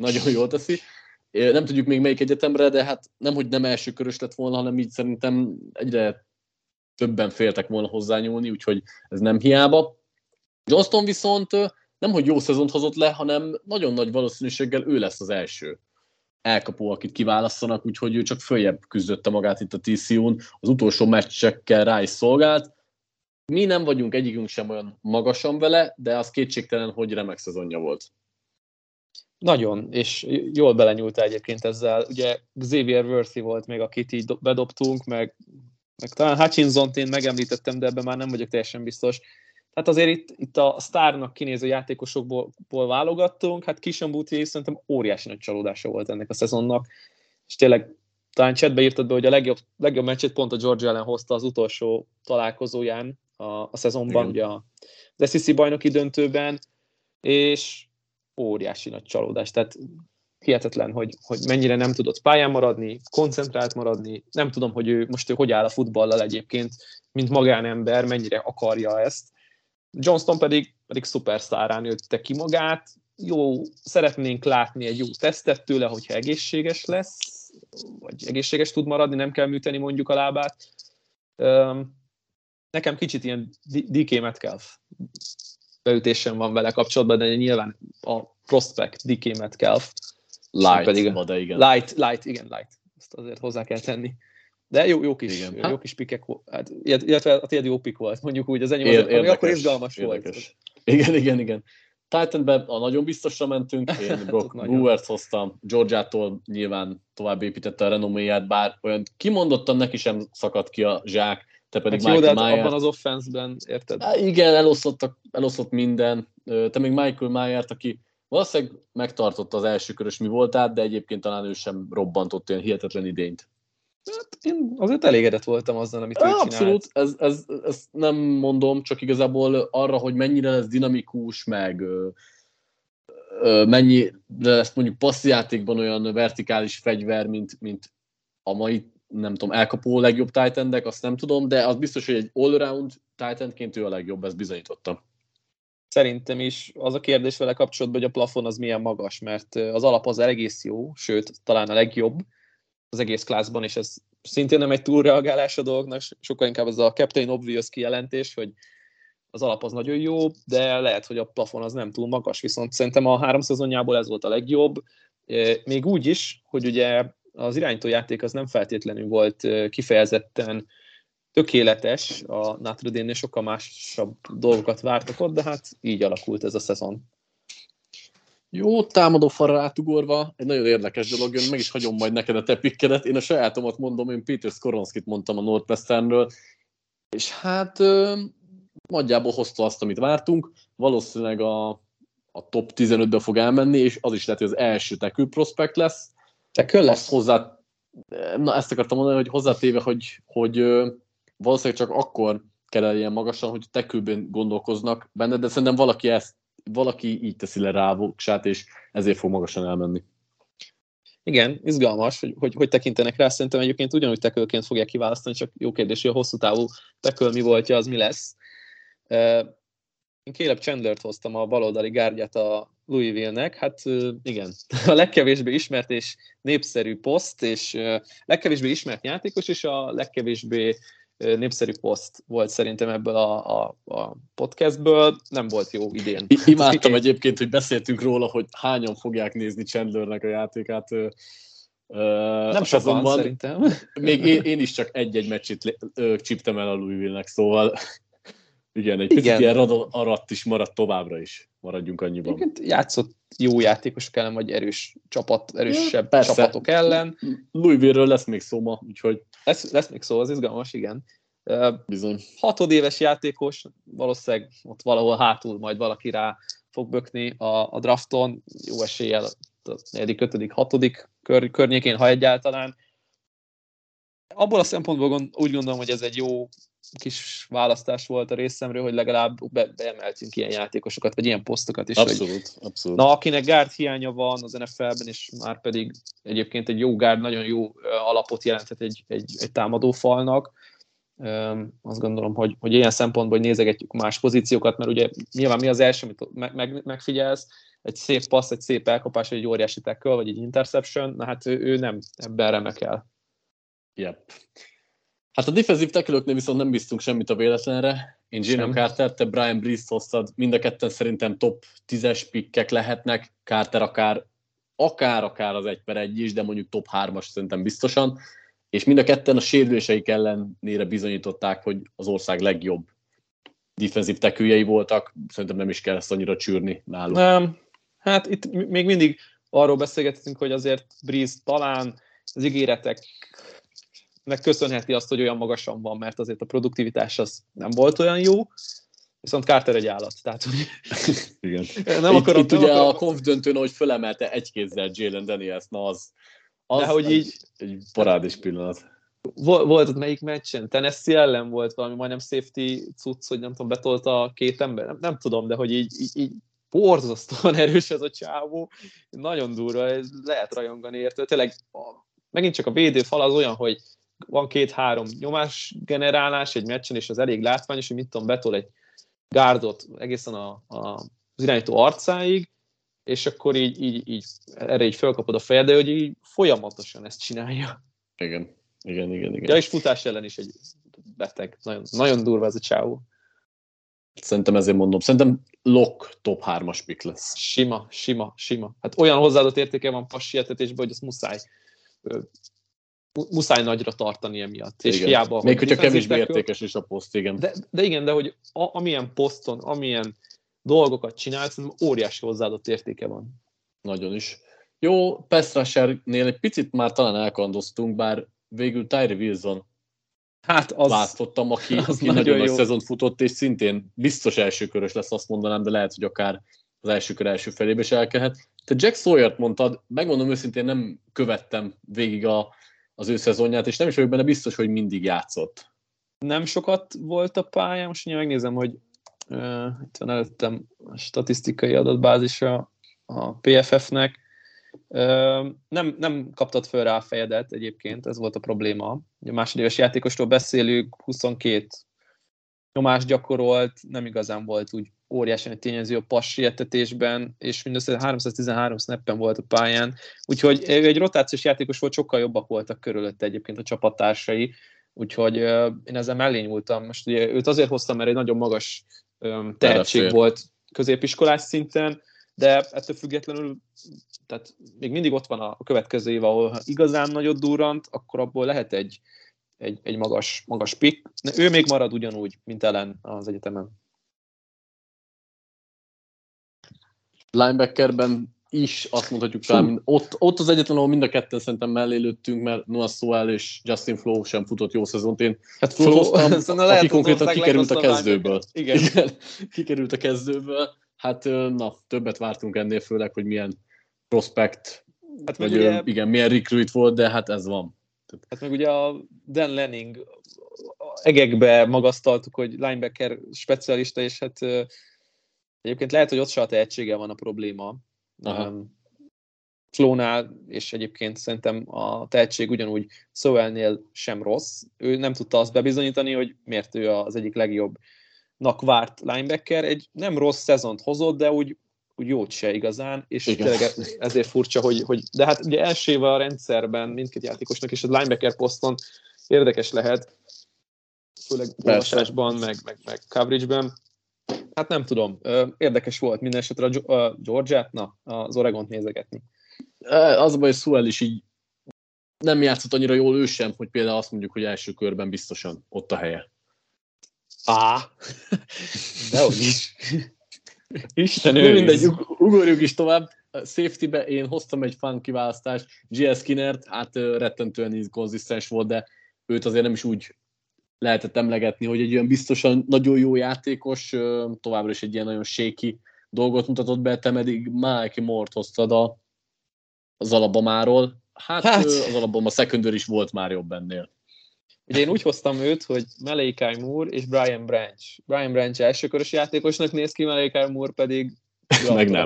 Nem tudjuk még melyik egyetemre, de hát nemhogy nem első körös lett volna, hanem így szerintem egyre többen féltek volna hozzányúlni, úgyhogy ez nem hiába. Johnston viszont nemhogy jó szezont hozott le, hanem nagyon nagy valószínűséggel ő lesz az első elkapó, akit kiválasztanak, úgyhogy ő csak följebb küzdötte magát itt a TCU-n, az utolsó meccsekkel rá is szolgált. Mi nem vagyunk egyikünk sem olyan magasan vele, de az kétségtelen, hogy remek szezonja volt. Nagyon, és jól belenyúlta egyébként ezzel. Ugye Xavier Worthy volt még, akit így bedobtunk, meg talán Hutchinsont én megemlítettem, de ebben már nem vagyok teljesen biztos. Tehát azért itt a sztárnak kinéző játékosokból válogattunk, hát Kishen Booty szerintem óriási nagy csalódása volt ennek a szezonnak, és tényleg talán chatbe írtad be, hogy a legjobb meccset pont a Georgia ellen hozta az utolsó találkozóján a szezonban, ugye az SEC bajnoki döntőben, és óriási nagy csalódás, tehát hihetetlen, hogy mennyire nem tudott pályán maradni, koncentrált maradni, nem tudom, hogy ő hogy áll a futballal egyébként, mint magánember, mennyire akarja ezt. Johnston pedig szupersztárrá nőtte ki magát, jó, szeretnénk látni egy jó tesztet tőle, hogyha egészséges lesz, vagy egészséges tud maradni, nem kell műteni mondjuk a lábát. Nekem kicsit ilyen DK Metcalf beütésem van vele kapcsolatban, de nyilván a prospect DK Metcalf. Light. Light. Ezt azért hozzá kell tenni. De jó kis pikek volt. Hát, illetve a tiéd jó pik volt, mondjuk úgy, az enyém az, ami akkor izgalmas volt. Igen. Titanben a nagyon biztosra mentünk, én Brock Brewert hoztam, Georgiától nyilván tovább építette a renoméját, bár olyan kimondottan neki sem szakadt ki a zsák, te pedig hát Michael Mayer. Abban az offense-ben, érted? Igen, elosztott minden. Te még Michael Mayert, aki valószínűleg megtartotta az első körös mi voltát, de egyébként talán ő sem robbantott ilyen hihetetlen idényt. Hát én azért elégedett voltam azzal, amit ő csinált. Abszolút, ez nem mondom, csak igazából arra, hogy mennyire lesz dinamikus, meg mennyire lesz mondjuk passzjátékban olyan vertikális fegyver, mint a mai, nem tudom, elkapó legjobb tight endek, azt nem tudom, de az biztos, hogy egy all-around tight endként ő a legjobb, ezt bizonyította. Szerintem is az a kérdés vele kapcsolatban, hogy a plafon az milyen magas, mert az alap az egész jó, sőt, talán a legjobb az egész klászban, és ez szintén nem egy túlreagálás a dolgnak, sokkal inkább az a Captain Obvious kijelentés, hogy az alap az nagyon jó, de lehet, hogy a plafon az nem túl magas, viszont szerintem a 3 szezonjából ez volt a legjobb. Még úgy is, hogy ugye az irányítójáték az nem feltétlenül volt kifejezetten tökéletes, a Notre Dame-nél sokkal másabb dolgokat vártak ott, de hát így alakult ez a szezon. Jó, támadó falra átugorva, egy nagyon érdekes dolog jön, meg is hagyom majd neked a te pikkedet. Én a sajátomat mondom, én Peter Skoronskit mondtam a Northwesternről, és hát nagyjából hozta azt, amit vártunk. Valószínűleg a top 15-be fog elmenni, és az is lehet, hogy az első tackle prospect lesz. Tackle lesz? Ezt akartam mondani, hogy hozzátéve, hogy valószínűleg csak akkor kell el ilyen magasan, hogy tackle-ben gondolkoznak benne, de szerintem valaki így teszi le rá a voksát, és ezért fog magasan elmenni. Igen, izgalmas, hogy tekintenek rá. Szerintem egyébként ugyanúgy tackle-ként fogják kiválasztani, csak jó kérdés, hogy a hosszú távú tackle mi voltja, az mi lesz. Én Caleb Chandlert hoztam, a baloldali gárdját a Louisville-nek. Hát igen, a legkevésbé ismert és népszerű poszt, és legkevésbé ismert játékos, és a legkevésbé népszerű poszt volt szerintem ebből a podcastből. Nem volt jó idén. Imádtam egyébként, hogy beszéltünk róla, hogy hányan fogják nézni Chandlernek a játékát. Nem sokan szerintem. Még én is csak egy-egy meccsit csíptem el a Louisville-nek, szóval igen, egy picit ilyen aratt is maradt továbbra is. Maradjunk annyiban. Egyébként játszott jó játékosok ellen, vagy erősebb csapatok ellen. Louisville-ről lesz még szó ma, úgyhogy... Lesz még szó, az izgalmas, igen. Bizony. 6 éves játékos, valószínűleg ott valahol hátul majd valaki rá fog bökni a drafton, jó eséllyel a 4., 5., 6. környékén, ha egyáltalán. Abból a szempontból úgy gondolom, hogy ez egy jó kis választás volt a részemről, hogy legalább beemeltünk ilyen játékosokat, vagy ilyen posztokat is. Abszolút. Na, akinek guard hiánya van az NFL-ben, és már pedig egyébként egy jó guard nagyon jó alapot jelenthet egy támadófalnak. Azt gondolom, hogy ilyen szempontból nézegetjük más pozíciókat, mert ugye nyilván mi az első, amit megfigyelsz, egy szép passz, egy szép elkapás, egy óriási tackle, vagy egy interception, na hát ő nem ebben remekel. Yep. Hát a defensive tackle-öknél viszont nem bíztunk semmit a véletlenre. Én Jalen Carter, te Brian Brees hoztad, mind a ketten szerintem top 10-es pikkek lehetnek. Carter akár az 1/1 is, de mondjuk top 3-as szerintem biztosan. És mind a ketten a sérüléseik ellenére bizonyították, hogy az ország legjobb defensive tackle-jei voltak. Szerintem nem is kell ezt annyira csűrni náluk. Nem. Hát itt még mindig arról beszélgetünk, hogy azért Brees talán az ígéreteknek köszönheti azt, hogy olyan magasan van, mert azért a produktivitás az nem volt olyan jó, viszont Carter egy állat. Tehát, hogy igen. Itt ugye a konf döntőn, hogy fölemelte egy kézzel Jalen Daniels, na az egy parádés pillanat. Volt ott melyik meccsen? Tennessee ellen volt valami majdnem safety cucc, hogy nem tudom, betolta 2 ember? Nem tudom, de hogy így borzasztóan erős ez a csávó. Nagyon durva, ez lehet rajongani érte. Tényleg megint csak a védőfal az olyan, hogy van 2-3 nyomásgenerálás egy meccsen, és az elég látványos, hogy mit tudom, betol egy gárdot egészen az irányító arcáig, és akkor így erre így fölkapod a fejed, de hogy így folyamatosan ezt csinálja. Igen. Ja, és futás ellen is egy beteg. Nagyon, nagyon durva ez a csávó. Szerintem ezért mondom. Szerintem lock top 3-as pick lesz. Sima. Hát olyan hozzáadott értéke van passietetésben, hogy azt muszáj nagyra tartani emiatt. És hiába, még hogyha kevésbé értékes is a poszt, igen. De igen, de hogy amilyen poszton, amilyen dolgokat csinál, szerintem óriási hozzáadott értéke van. Nagyon is. Jó, pass rushernél egy picit már talán elkandoztunk, bár végül Tyree Wilson választottam, aki nagyon nagy szezont futott, és szintén biztos elsőkörös lesz, azt mondanám, de lehet, hogy akár az első kör első felébe is elkelhet. Te Jack Sawyert mondtad, megmondom őszintén, nem követtem végig az ő szezonját, és nem is vagyok benne biztos, hogy mindig játszott. Nem sokat volt a pályán, most megnézem, hogy itt van előttem a statisztikai adatbázisa a PFF-nek. Nem kaptad föl rá a fejedet egyébként, ez volt a probléma. A másodéves játékosról beszélünk, 22 nyomást gyakorolt, nem igazán volt úgy óriási egy tényező a passietetésben, és mindössze 313 snappen volt a pályán, úgyhogy ő egy rotációs játékos volt, sokkal jobbak voltak körülötte egyébként a csapattársai, úgyhogy én ezzel mellé nyúltam. Most ugye őt azért hoztam, mert egy nagyon magas tehetség volt középiskolás szinten, de ettől függetlenül tehát még mindig ott van a következő év, ahol ha igazán nagyot durrant, akkor abból lehet egy magas pick. Ő még marad ugyanúgy, mint Allen az egyetemen. Linebackerben is azt mondhatjuk talán, ott az egyetlen, ahol mind a ketten szerintem mellé lőttünk, mert Noah Sewell és Justin Flowe sem futott jó szezont. Én hát Flowe, aki konkrétan kikerült a kezdőből. Igen, kikerült a kezdőből. Hát na, többet vártunk ennél, főleg, hogy milyen prospect, hát vagy ugye, igen, milyen recruit volt, de hát ez van. Hát meg ugye a Dan Lanning egekbe magasztaltuk, hogy linebacker specialista, és hát egyébként lehet, hogy ott se a tehetséggel van a probléma. Flownál, és egyébként szerintem a tehetség ugyanúgy Sewellnél sem rossz. Ő nem tudta azt bebizonyítani, hogy miért ő az egyik legjobbnak várt linebacker. Egy nem rossz szezont hozott, de úgy jót se igazán, és tényleg ezért furcsa, hogy de hát ugye első éve a rendszerben mindkét játékosnak, és a linebacker poszton érdekes lehet, főleg olvasásban, meg coverage-ben. Hát nem tudom, érdekes volt minden esetre a Georgia-t, az Oregont nézegetni. Az a baj, hogy Sewell is így nem játszott annyira jól ő sem, hogy például azt mondjuk, hogy első körben biztosan ott a helye. Dehogy is. Isten őriz. Mindegy, ugorjuk is tovább. Safety-be én hoztam egy fun kiválasztást, J.S. Skinnert, hát rettentően konzisztens volt, de őt azért nem is úgy lehetett emlegetni, hogy egy olyan biztosan nagyon jó játékos, továbbra is egy ilyen nagyon shaky dolgot mutatott be, te pedig Malky Moore-t hoztad az Alabamáról. Hát az Alabama secondary is volt már jobb ennél. Ugye én úgy hoztam őt, hogy Malachi Moore és Brian Branch. Brian Branch elsőkörös játékosnak néz ki, Malachi Moore pedig meg nem.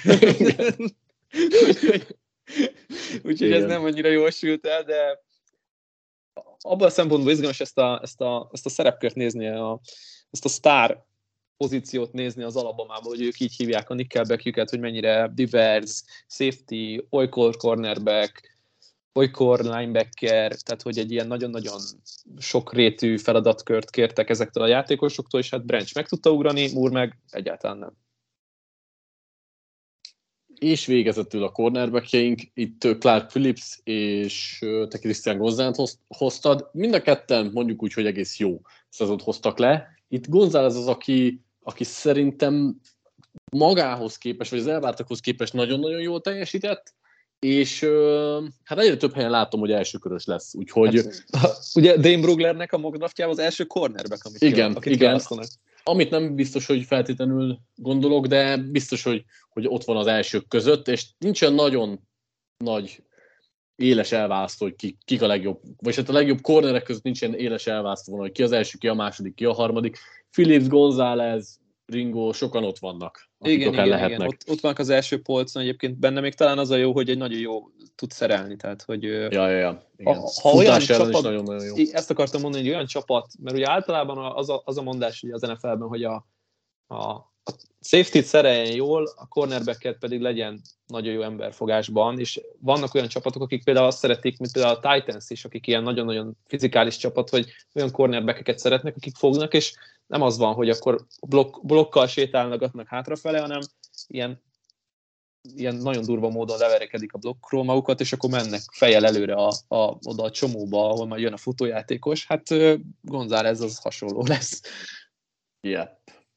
Úgyhogy ez nem annyira jól sült el, de abban a szempontból izgalmas ezt a szerepkört nézni, ezt a sztár pozíciót nézni az Alabamából, hogy ők így hívják a nickelbackjüket, hogy mennyire divers, safety, olykor cornerback, olykor linebacker, tehát hogy egy ilyen nagyon-nagyon sokrétű feladatkört kértek ezektől a játékosoktól, és hát Branch meg tudta ugrani, Moore meg egyáltalán nem. És végezetül a cornerbackjeink, itt Clark Phillips és te Christian González hoztad. Mind a ketten mondjuk úgy, hogy egész jó szezont hoztak le. Itt González az, aki szerintem magához képest, vagy az elvártakhoz képest nagyon-nagyon jól teljesített, és hát egyre több helyen látom, hogy elsőkörös lesz. Úgyhogy... Hát, ugye Dane Bruglernek a mock draftjában az első cornerback, akit kiválasztanak. Amit nem biztos, hogy feltétlenül gondolok, de biztos, hogy ott van az elsők között, és nincs olyan nagyon nagy éles elválasztó, hogy kik a legjobb, vagy hát a legjobb cornerek között nincs ilyen éles elválasztó, hogy ki az első, ki a második, ki a harmadik. Phillips, González, Ringo, sokan ott vannak, akik akár lehetnek. Igen. Ott vannak az első polcon, egyébként benne még talán az a jó, hogy egy nagyon jó tud szerelni, tehát hogy igen. Ha olyan csapat, is nagyon jó. Ezt akartam mondani, hogy olyan csapat, mert ugye általában az a mondás ugye az NFL-ben, hogy a safety-t szereljen jól, a cornerbacket pedig legyen nagyon jó emberfogásban, és vannak olyan csapatok, akik például azt szeretik, mint például a Titans is, akik ilyen nagyon-nagyon fizikális csapat, hogy olyan cornerbackeket szeretnek, akik fognak, és nem az van, hogy akkor blokkal sétálgatnak hátrafele, hanem ilyen nagyon durva módon leverekedik a blokkról magukat, és akkor mennek fejjel előre oda a csomóba, ahol majd jön a futójátékos. Hát González az hasonló lesz. Yep.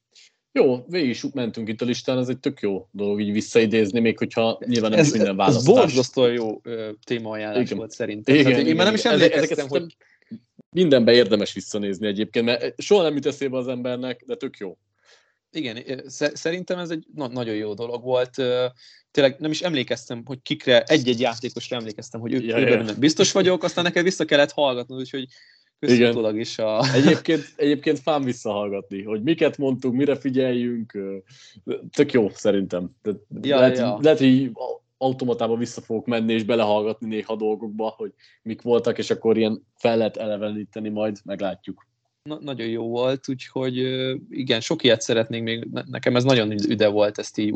Jó, végig is mentünk itt a listán, ez egy tök jó dolog így visszaidézni, még hogyha nyilván nem is minden választás. Ez borzasztóan jó témaajánlás volt szerintem. Én már nem is emlékeztem, hogy... Mindenben érdemes visszanézni egyébként, mert soha nem jut eszébe az embernek, de tök jó. Igen, szerintem ez egy nagyon jó dolog volt. Tényleg nem is emlékeztem, hogy kikre, egy-egy játékosra emlékeztem, hogy ők biztos vagyok, aztán neked vissza kellett hallgatnod, úgyhogy köztudalag is Egyébként fán visszahallgatni, hogy miket mondtunk, mire figyeljünk, tök jó szerintem. Lehet, hogy automatában vissza fogok menni és belehallgatni néha dolgokba, hogy mik voltak, és akkor ilyen fel lehet eleveníteni, majd meglátjuk. nagyon jó volt, úgyhogy igen, sok ilyet szeretnénk még, nekem ez nagyon üde volt ezt így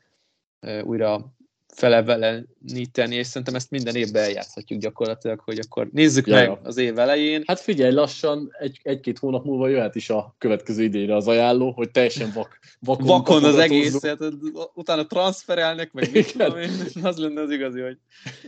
újra feleveleníteni, és szerintem ezt minden évben eljátszhatjuk gyakorlatilag, hogy akkor nézzük meg az év elején. Hát figyelj, lassan egy-két hónap múlva jöhet is a következő idényre az ajánló, hogy teljesen vakon az egészet, utána transferelnek, meg mit tudom én, az lenne az igazi, hogy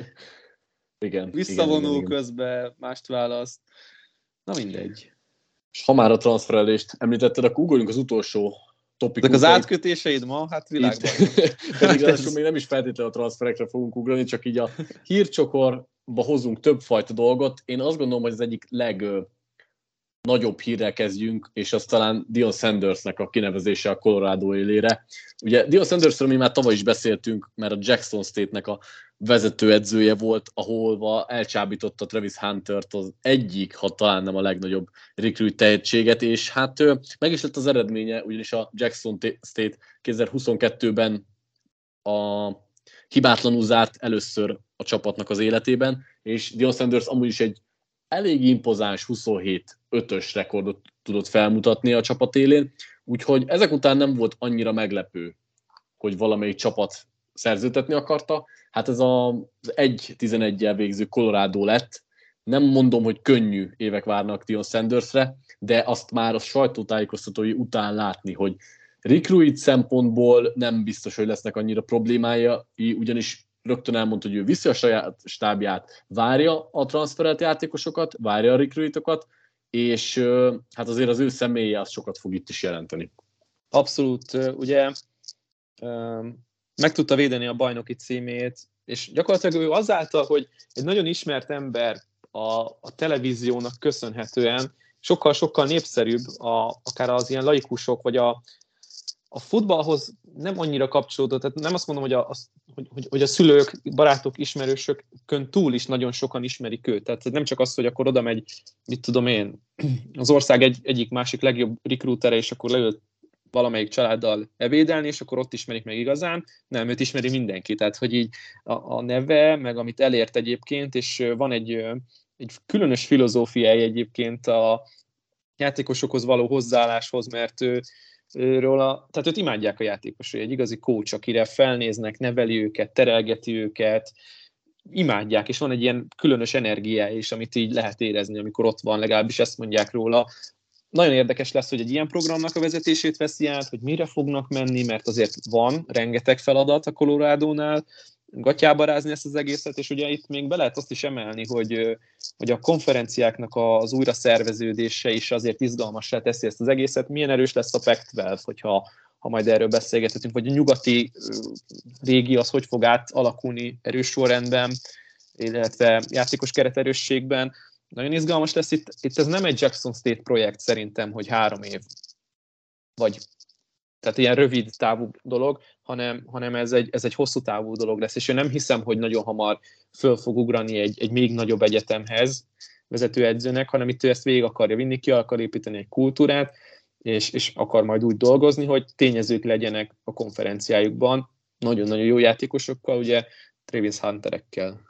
visszavonul közben, mást választ. Na mindegy. És ha már a transferelést említetted, akkor ugorjunk az utolsó topikusait. Ezek az átkötéseid ma, hát világban. Pedig ráadásul még nem is feltétlenül a transferekre fogunk ugrani, csak így a hírcsokorba hozunk többfajta dolgot. Én azt gondolom, hogy az egyik legnagyobb hírrel kezdjünk, és az talán Deion Sandersnek a kinevezése a Colorado élére. Ugye Deion Sandersről mi már tavaly is beszéltünk, mert a Jackson State-nek a vezetőedzője volt, ahol elcsábította Travis Huntert, az egyik, ha talán nem a legnagyobb recruit tehetséget, és hát meg is lett az eredménye, ugyanis a Jackson State 2022-ben a hibátlanul zárt először a csapatnak az életében, és Deion Sanders amúgy is egy elég impozáns 27-5-ös rekordot tudott felmutatni a csapat élén, úgyhogy ezek után nem volt annyira meglepő, hogy valamelyik csapat szerződtetni akarta. Hát ez az 1-11-jel végző Colorado lett. Nem mondom, hogy könnyű évek várnak Deion Sandersre, de azt már a sajtótájékoztatói után látni, hogy recruit szempontból nem biztos, hogy lesznek annyira problémája, ugyanis rögtön elmondta, hogy ő viszi a saját stábját, várja a transferelt játékosokat, várja a recruitokat, és hát azért az ő személye az sokat fog itt is jelenteni. Abszolút, ugye meg tudta védeni a bajnoki címét, és gyakorlatilag ő azáltal, hogy egy nagyon ismert ember a televíziónak köszönhetően sokkal-sokkal népszerűbb, akár az ilyen laikusok, vagy a futballhoz nem annyira kapcsolódott, tehát nem azt mondom, hogy a szülők, barátok, ismerősökön túl is nagyon sokan ismerik őt. Tehát nem csak az, hogy akkor oda megy, mit tudom én, az ország egyik másik legjobb recruitere, és akkor leül valamelyik családdal ebédelni, és akkor ott ismerik meg igazán. Nem, őt ismeri mindenki. Tehát, hogy így a neve, meg amit elért egyébként, és van egy különös filozófiája egyébként a játékosokhoz való hozzáálláshoz, mert tehát őt imádják a játékosai, egy igazi coach, akire felnéznek, neveli őket, terelgeti őket, imádják, és van egy ilyen különös energiája is, amit így lehet érezni, amikor ott van, legalábbis ezt mondják róla. Nagyon érdekes lesz, hogy egy ilyen programnak a vezetését veszi át, hogy mire fognak menni, mert azért van rengeteg feladat a Colorado-nál, gatyába rázni ezt az egészet, és ugye itt még be lehet azt is emelni, hogy a konferenciáknak az újra szerveződése is azért izgalmassá teszi ezt az egészet. Milyen erős lesz a Pac-12, hogyha majd erről beszélgethetünk, vagy a nyugati régió az hogy fog átalakulni erős sorrendben, illetve játékos kereterősségben. Nagyon izgalmas lesz itt ez nem egy Jackson State projekt szerintem, hogy 3 év, vagy tehát ilyen rövid távú dolog, hanem ez egy hosszú távú dolog lesz, és én nem hiszem, hogy nagyon hamar föl fog ugrani egy még nagyobb egyetemhez vezetőedzőnek, hanem itt ő ezt végig akarja vinni, ki akar építeni egy kultúrát, és akar majd úgy dolgozni, hogy tényezők legyenek a konferenciájukban, nagyon-nagyon jó játékosokkal, ugye Travis Hunterekkel.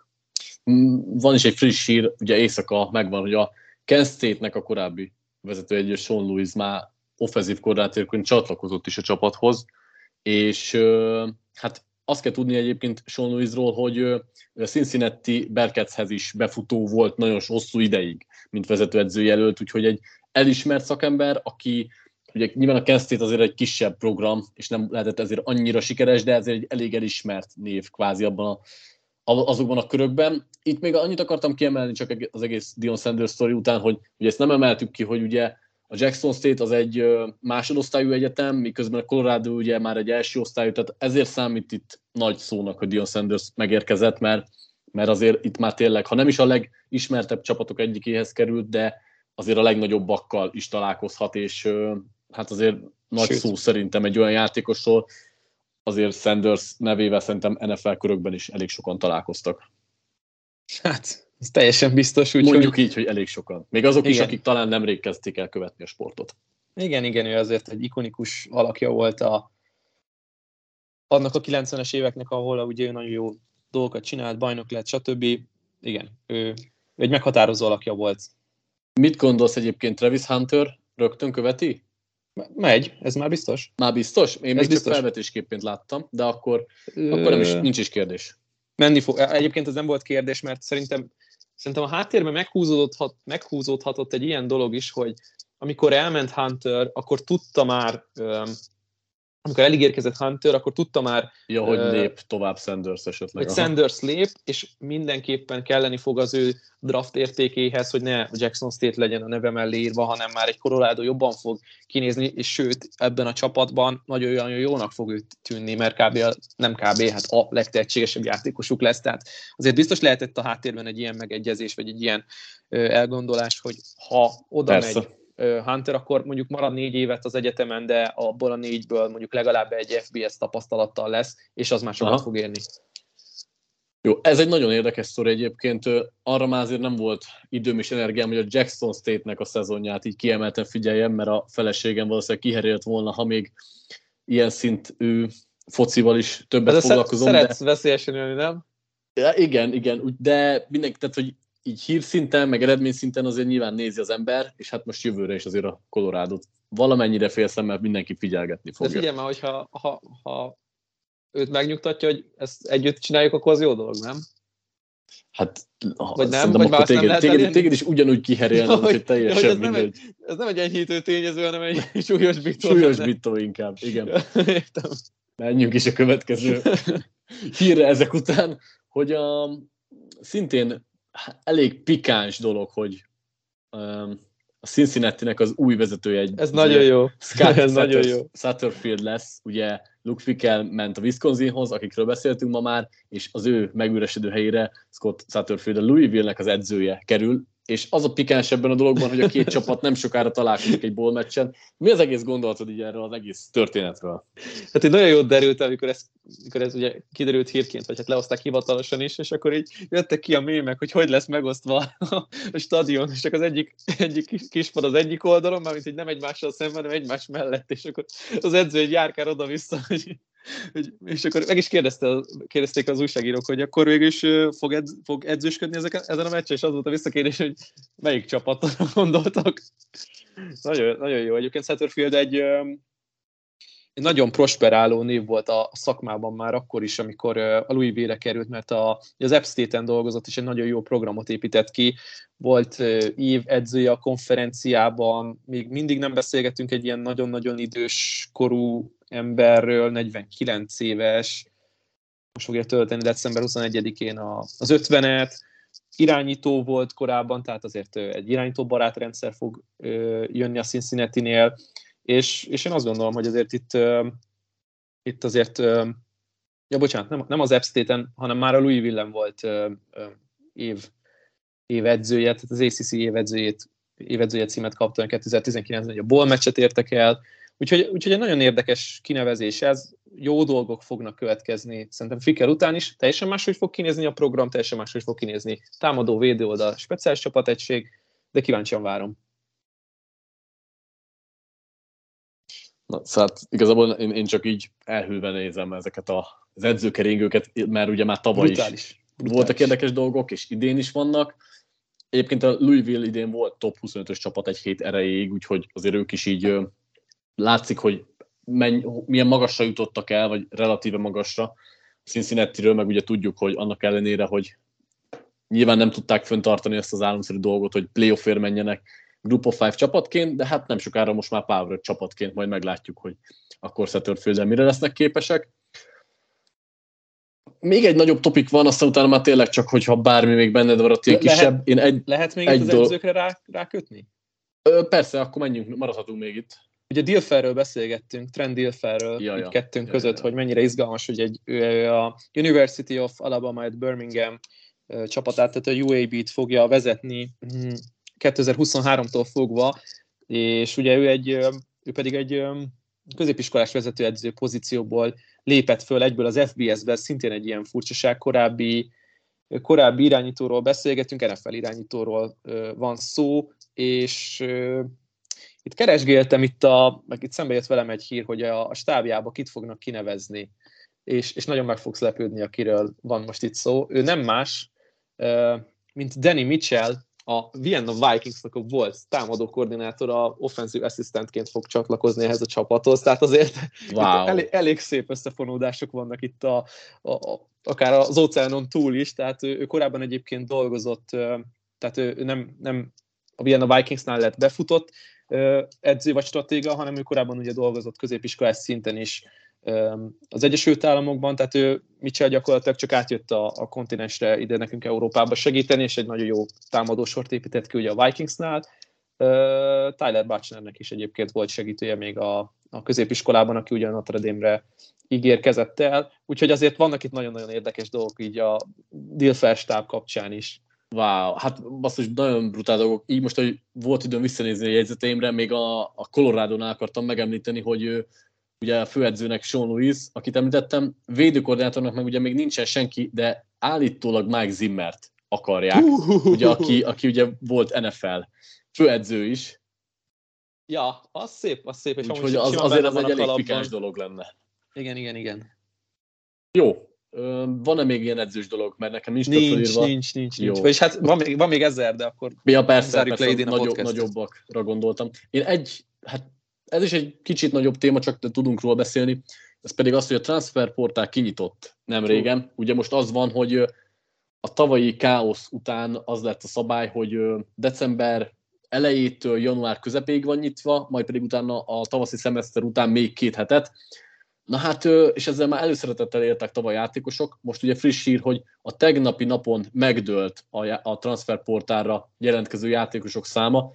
Van is egy friss hír, ugye éjszaka megvan, hogy a Kansas State-nek a korábbi vezetőedző Sean Lewis már offenzív koordinátorként csatlakozott is a csapathoz, és hát azt kell tudni egyébként Sean Lewisról, hogy a Cincinnati Bearcatshez is befutó volt nagyon hosszú ideig, mint vezetőedző jelölt, úgyhogy egy elismert szakember, aki ugye nyilván a Kansas State azért egy kisebb program, és nem lehetett ezért annyira sikeres, de ezért egy elég elismert név kvázi azokban a körökben. Itt még annyit akartam kiemelni csak az egész Deion Sanders sztori után, hogy ugye ezt nem emeltük ki, hogy ugye a Jackson State az egy másodosztályú egyetem, miközben a Colorado ugye már egy első osztályú, tehát ezért számít itt nagy szónak, hogy Deion Sanders megérkezett, mert azért itt már tényleg, ha nem is a legismertebb csapatok egyikéhez került, de azért a legnagyobbakkal is találkozhat, és hát azért nagy szó szerintem egy olyan játékosról, azért Sanders nevével szerintem NFL körökben is elég sokan találkoztak. Hát, ez teljesen biztos. Mondjuk így, hogy elég sokan. Még azok is, akik talán nemrég kezdték el követni a sportot. Igen, ő azért egy ikonikus alakja volt annak a 90-es éveknek, ahol ugye ő nagyon jó dolgokat csinált, bajnok lett, stb. Igen, ő egy meghatározó alakja volt. Mit gondolsz egyébként, Travis Hunter rögtön követi? Megy, ez már biztos. Már biztos? Én még biztos. Csak felvetésképpen láttam, de akkor nem is, nincs is kérdés. Menni fog. Egyébként ez nem volt kérdés, mert szerintem a háttérben meghúzódhatott egy ilyen dolog is, hogy amikor elment Hunter, akkor tudta már, amikor elég érkezett Hunter, akkor tudta már... Ja, hogy lép tovább Sanders esetleg. Hogy Sanders lép, és mindenképpen kelleni fog az ő draft értékéhez, hogy ne Jackson State legyen a neve mellé írva, hanem már egy Colorado jobban fog kinézni, és sőt, ebben a csapatban nagyon jónak fog ő tűnni, mert hát a legtehetségesebb játékosuk lesz, tehát azért biztos lehetett a háttérben egy ilyen megegyezés, vagy egy ilyen elgondolás, hogy ha oda megy Hunter, akkor mondjuk marad 4 évet az egyetemen, de abból a 4-ből mondjuk legalább egy FBS tapasztalattal lesz, és az már sokat fog érni. Jó, ez egy nagyon érdekes sztori egyébként. Arra már azért nem volt időm és energiám, hogy a Jackson State-nek a szezonját így kiemelten figyeljem, mert a feleségem valószínűleg kiherélt volna, ha még ilyen szintű focival is többet foglalkozom. Szeretsz veszélyesen jönni, nem? Ja, igen, de mindenki, tehát, hogy így hírszinten, meg eredményszinten azért nyilván nézi az ember, és hát most jövőre is azért a Colorado-t valamennyire félszemmel mindenki figyelgetni fogja. De figyelj már, hogy ha őt megnyugtatja, hogy ezt együtt csináljuk, akkor az jó dolog, nem? Hát, vagy nem, vagy más nem lehet téged is ugyanúgy kiherélne, hogy teljesen mindegy. Ez nem egy enyhítő tényező, hanem egy súlyosbító. Súlyosbító inkább, igen. Értem. Menjünk is a következő hírre ezek után, hogy szintén elég pikáns dolog, hogy a Cincinnati-nek az új vezetője egy... Ez nagyon jó. Satterfield lesz, ugye Luke Fickell ment a Wisconsinhoz, akikről beszéltünk ma már, és az ő megüresedő helyére Scott Satterfield a Louisville-nek az edzője kerül, és az a pikáns ebben a dologban, hogy a két csapat nem sokára találkozik egy bowl meccsen. Mi az egész gondolatod így erről az egész történetről? Hát én nagyon jót derült, amikor ez ugye kiderült hírként, vagy hát lehozták hivatalosan is, és akkor így jöttek ki a mémek, hogy lesz megosztva a stadion, és csak az egyik kispad az egyik oldalon, mármint hogy nem egymással szemben, hanem egymás mellett, és akkor az edző egy járkál oda-vissza, és akkor meg is kérdezték az újságírók, hogy akkor végül is fog edzősködni ezen a meccsen, és az volt a visszakérdés, hogy melyik csapatra gondoltak. Nagyon, nagyon jó. Egyébként Satterfield egy nagyon prosperáló név volt a szakmában már akkor is, amikor a Louisville-re került, mert az App State-en dolgozott, és egy nagyon jó programot épített ki. Volt év edzője a konferenciában, még mindig nem beszélgetünk egy ilyen nagyon-nagyon idős korú emberről, 49 éves, most fogja tölteni december 21-én az 50-et, irányító volt korábban, tehát azért egy irányító barátrendszer fog jönni a Cincinnati-nél, és én azt gondolom, hogy azért itt azért, nem az App State-en, hanem már a Louisville-en volt év edzője, tehát az ACC évedzője címet kapta 2019-ben, a bowl meccset értek el, úgyhogy egy nagyon érdekes kinevezés ez, jó dolgok fognak következni, szerintem Fickell után is, teljesen máshogy fog kinézni a program, teljesen máshogy fog kinézni támadó, védőoldal, speciális csapategység, de kíváncsian várom. Na, szóval igazából én csak így elhűlve nézem ezeket az edzőkeringőket, mert ugye már tavaly Brutális. Voltak érdekes dolgok, és idén is vannak. Egyébként a Louisville idén volt top 25-ös csapat egy hét erejéig, úgyhogy azért ők is így látszik, hogy milyen magasra jutottak el, vagy relatíve magasra. Cincinnati-ről meg ugye tudjuk, hogy annak ellenére, hogy nyilván nem tudták fenntartani ezt az álomszerű dolgot, hogy playoffért menjenek Group of 5 csapatként, de hát nem sokára most már Power 5 csapatként majd meglátjuk, hogy akkor Satterfield-en mire lesznek képesek. Még egy nagyobb topik van, aztán utána már tényleg csak, hogyha bármi még benned maradt ilyen kisebb. Lehet még itt az edzőkre rákötni? Persze, akkor maradhatunk még itt. Ugye Dilferről beszélgettünk, Trent Dilferről kettőnk között, hogy mennyire izgalmas, hogy a University of Alabama at Birmingham csapatát, tehát a UAB-t fogja vezetni 2023-tól fogva, és ugye ő pedig egy középiskolás vezetőedző pozícióból lépett föl egyből az FBS-be, szintén egy ilyen furcsaság, korábbi irányítóról beszélgetünk, NFL irányítóról van szó, és itt keresgéltem, meg itt szembe jött velem egy hír, hogy a stábjába kit fognak kinevezni, és nagyon meg fogsz lepődni, akiről van most itt szó. Ő nem más, mint Danny Mitchell, a Vienna Vikingsnak a volt támadó koordinátora offensive assistantként fog csatlakozni ehhez a csapathoz, tehát azért wow. itt elég szép összefonódások vannak itt akár az óceánon túl is, tehát ő korábban egyébként dolgozott, tehát ő nem a Vienna Vikingsnál lett befutott edző vagy stratéga, hanem ő korábban ugye dolgozott középiskolás szinten is az Egyesült Államokban, tehát ő Mitchell gyakorlatilag csak átjött a kontinensre ide nekünk Európába segíteni, és egy nagyon jó támadósort épített ki ugye a Vikingsnál. Tyler Buchnernek is egyébként volt segítője még a középiskolában, aki ugye a Notre Dame-re ígérkezett el, úgyhogy azért vannak itt nagyon-nagyon érdekes dolgok így a Dilfer stáb kapcsán is. Wow, hát basszus, nagyon brutál dolgok. Így most, hogy volt időm visszanézni a jegyzeteimre, még a Colorado-nál akartam megemlíteni, hogy ugye a főedzőnek Sean Lewis, akit említettem, védőkoordinátornak meg ugye még nincsen senki, de állítólag Mike Zimmert akarják, ugye, aki ugye volt NFL főedző is. Ja, az szép. És úgyhogy azért az egy elég pikás dolog lenne. Igen. Jó. Van-e még ilyen edzős dolog? Mert nekem nincs több fölírva. Nincs. Vagyis hát van még 1000, de akkor persze nagyobbakra gondoltam. Ez is egy kicsit nagyobb téma, csak tudunk róla beszélni. Ez pedig az, hogy a transferportál kinyitott nem régen. Ugye most az van, hogy a tavalyi káosz után az lett a szabály, hogy december elejétől január közepéig van nyitva, majd pedig utána a tavaszi szemeszter után még 2 hetet. Na hát, és ezzel már előszeretettel éltek tavaly játékosok. Most ugye friss hír, hogy a tegnapi napon megdőlt a transferportálra jelentkező játékosok száma.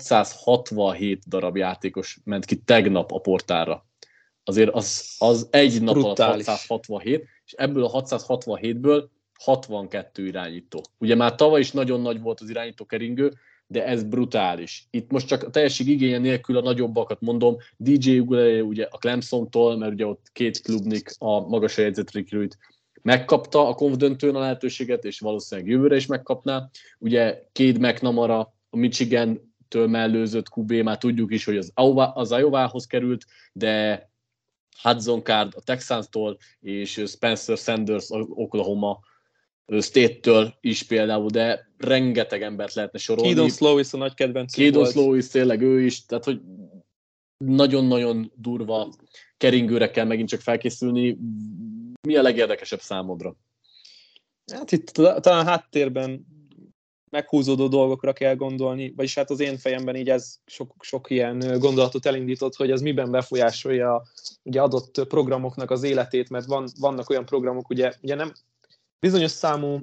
667 darab játékos ment ki tegnap a portálra. Azért az egy nap alatt 667, és ebből a 667-ből 62 irányító. Ugye már tavaly is nagyon nagy volt az irányító keringő, de ez brutális. Itt most csak a teljesség igénye nélkül a nagyobbakat mondom, DJ Ugalele ugye a Clemsontól, mert ugye ott 2 klubnik a magasra jegyzett recruit megkapta a konf döntőn a lehetőséget, és valószínűleg jövőre is megkapná. Ugye Cade McNamara a Michigan-től mellőzött QB, már tudjuk is, hogy az Iowa-hoz került, de Hudson Card a Texans-tól, és Spencer Sanders a Oklahoma State-től is például, de rengeteg embert lehetne sorolni. Keaton Slovis a nagy kedvenc. Keaton Slovis, tényleg ő is, tehát hogy nagyon-nagyon durva keringőre kell megint csak felkészülni. Mi a legérdekesebb számodra? Hát itt talán háttérben meghúzódó dolgokra kell gondolni, vagyis hát az én fejemben így ez sok ilyen gondolatot elindított, hogy ez miben befolyásolja ugye adott programoknak az életét, mert vannak olyan programok, ugye nem bizonyos számú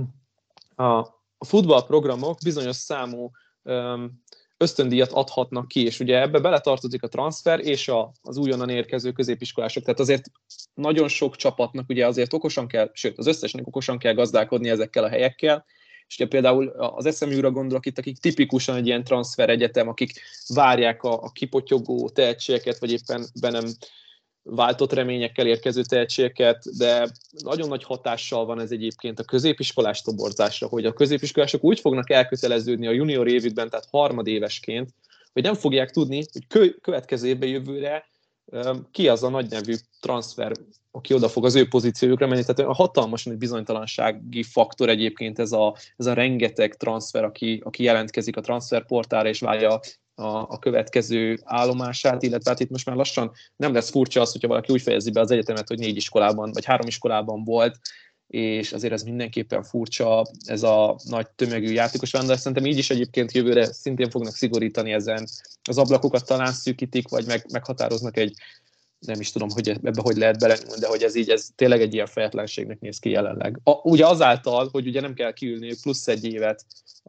a futballprogramok bizonyos számú ösztöndíjat adhatnak ki, és ugye ebbe beletartozik a transfer és az újonnan érkező középiskolások. Tehát azért nagyon sok csapatnak ugye azért okosan kell, sőt az összesnek okosan kell gazdálkodni ezekkel a helyekkel, és ugye például az SMU-ra gondolok itt, akik tipikusan egy ilyen transfer egyetem, akik várják a kipotyogó tehetségeket, vagy éppen be nem váltott reményekkel érkező tehetségeket, de nagyon nagy hatással van ez egyébként a középiskolás toborzásra, hogy a középiskolások úgy fognak elköteleződni a junior évükben, tehát harmadévesként, hogy nem fogják tudni, hogy következő évben, jövőre ki az a nagynevű transfer, aki oda fog az ő pozíciójukra menni. Tehát a hatalmas bizonytalansági faktor egyébként ez a rengeteg transfer, aki jelentkezik a transferportára és várja a következő állomását, illetve hát itt most már lassan nem lesz furcsa az, hogyha valaki úgy fejezi be az egyetemet, hogy 4 iskolában vagy 3 iskolában volt, és azért ez mindenképpen furcsa, ez a nagy tömegű játékos van, de szerintem így is egyébként jövőre szintén fognak szigorítani ezen. Az ablakokat talán szűkítik, vagy meghatároznak egy, nem is tudom, hogy ebbe hogy lehet belenyúlni, de hogy ez tényleg egy ilyen fejetlenségnek néz ki jelenleg. Ugye azáltal, hogy ugye nem kell kiülniük plusz egy évet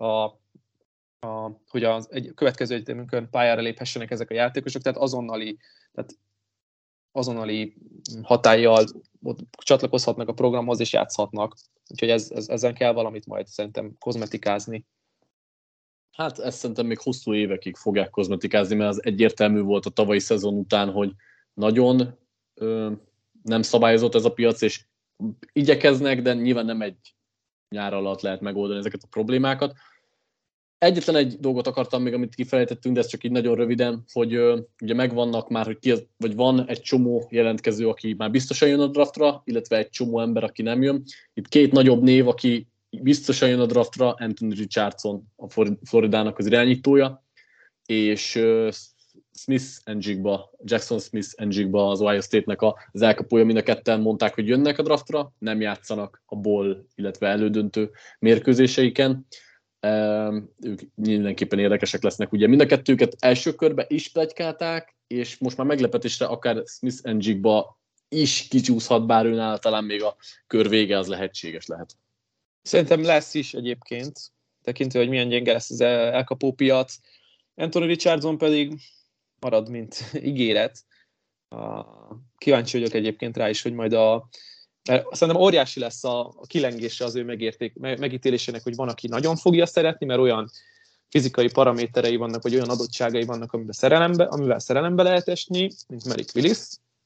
hogy egy következő egyetemünkön pályára léphessenek ezek a játékosok, tehát azonnali hatállyal csatlakozhatnak a programhoz és játszhatnak. Úgyhogy ezen kell valamit majd szerintem kozmetikázni. Hát ezt szerintem még hosszú évekig fogják kozmetikázni, mert az egyértelmű volt a tavalyi szezon után, hogy nagyon nem szabályozott ez a piac, és igyekeznek, de nyilván nem egy nyár alatt lehet megoldani ezeket a problémákat. Egyetlen egy dolgot akartam még, amit kifelejtettünk, de ez csak így nagyon röviden, hogy ugye megvannak már, vagy van egy csomó jelentkező, aki már biztosan jön a draftra, illetve egy csomó ember, aki nem jön. Itt 2 nagyobb név, aki biztosan jön a draftra, Anthony Richardson a Floridának az irányítója, és Jackson Smith-Njigba az Ohio State-nek az elkapója, mind a ketten mondták, hogy jönnek a draftra, nem játszanak a bowl, illetve elődöntő mérkőzéseiken. Ők mindenképpen érdekesek lesznek, ugye mind a kettőket első körbe is pletykálták, és most már meglepetésre akár Smith-Njigba is kicsúszhat, bár őnál talán még a kör vége az lehetséges lehet. Szerintem lesz is egyébként, tekintve, hogy milyen gyenge lesz az elkapó piac. Anthony Richardson pedig marad, mint ígéret. Kíváncsi vagyok egyébként rá is, hogy majd mert szerintem óriási lesz a kilengése az ő megítélésének, hogy van, aki nagyon fogja szeretni, mert olyan fizikai paraméterei vannak, vagy olyan adottságai vannak, amivel szerelembe lehet esni, mint Merrick Willis.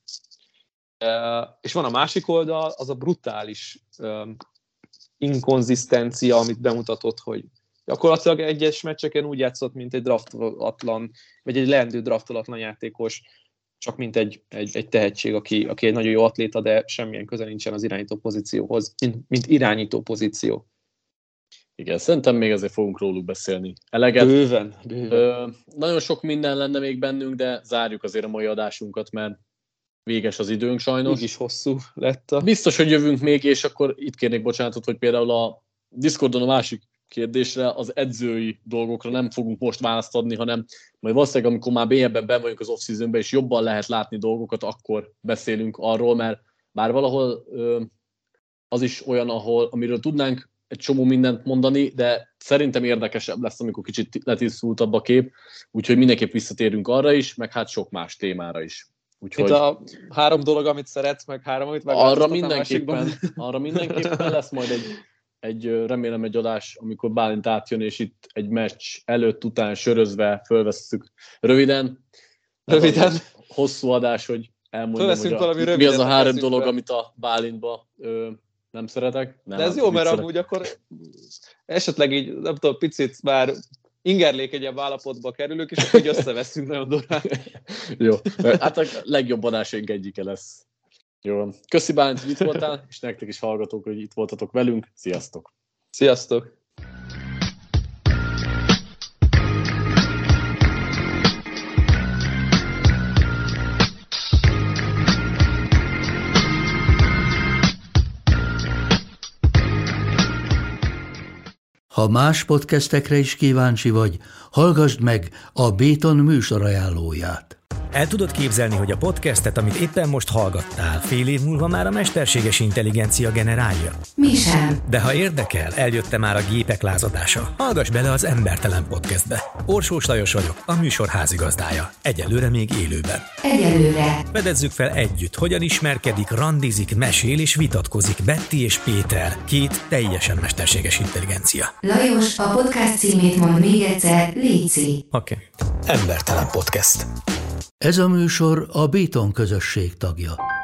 És van a másik oldal, az a brutális inkonzisztencia, amit bemutatott, hogy gyakorlatilag egyes meccseken úgy játszott, mint egy draftolatlan, vagy egy leendő draftolatlan játékos, csak mint egy tehetség, aki egy nagyon jó atléta, de semmilyen köze nincsen az irányító pozícióhoz, mint irányító pozíció. Igen, szerintem még azért fogunk róluk beszélni. Eleget. Bőven. Nagyon sok minden lenne még bennünk, de zárjuk azért a mai adásunkat, mert véges az időnk sajnos. Mégis hosszú lett Biztos, hogy jövünk még, és akkor itt kérnék bocsánatot, hogy például a Discordon a másik kérdésre, az edzői dolgokra nem fogunk most választ adni, hanem majd valószínűleg, amikor már mélyebben ben vagyunk az off-seasonben, és jobban lehet látni dolgokat, akkor beszélünk arról, mert bár valahol az is olyan, amiről tudnánk egy csomó mindent mondani, de szerintem érdekesebb lesz, amikor kicsit letisztultabb a kép, úgyhogy mindenképp visszatérünk arra is, meg hát sok más témára is. Úgyhogy... Itt a 3 dolog, amit szeretsz, meg 3, amit arra mindenképpen lesz majd remélem egy adás, amikor Bálint átjön, és itt egy meccs előtt, után sörözve fölvesszük röviden. Hosszú adás, hogy elmondjam, hogy mi az a 3 dolog, amit a Bálintba nem szeretek. De ez jó, mert amúgy akkor esetleg így, nem tudom, picit már ingerlékenyebb állapotba kerülünk, és akkor így összeveszünk nagyon durván. Jó, hát a legjobb adásaink egyike lesz. Jó, köszi Bálint, hogy itt voltál, és nektek is hallgatók, hogy itt voltatok velünk. Sziasztok! Sziasztok! Ha más podcastekre is kíváncsi vagy, hallgassd meg a Béton műsor ajánlóját. El tudod képzelni, hogy a podcastet, amit éppen most hallgattál, fél év múlva már a mesterséges intelligencia generálja? Mi sem. De ha érdekel, eljötte már a gépek lázadása. Hallgass bele az Embertelen Podcastbe. Orsós Lajos vagyok, a műsor házigazdája. Egyelőre még élőben. Egyelőre. Fedezzük fel együtt, hogyan ismerkedik, randizik, mesél és vitatkozik Betty és Péter, 2 teljesen mesterséges intelligencia. Lajos, a podcast címét mond még egyszer, léci. Oké. Embertelen Podcast. Ez a műsor a Béton közösség tagja.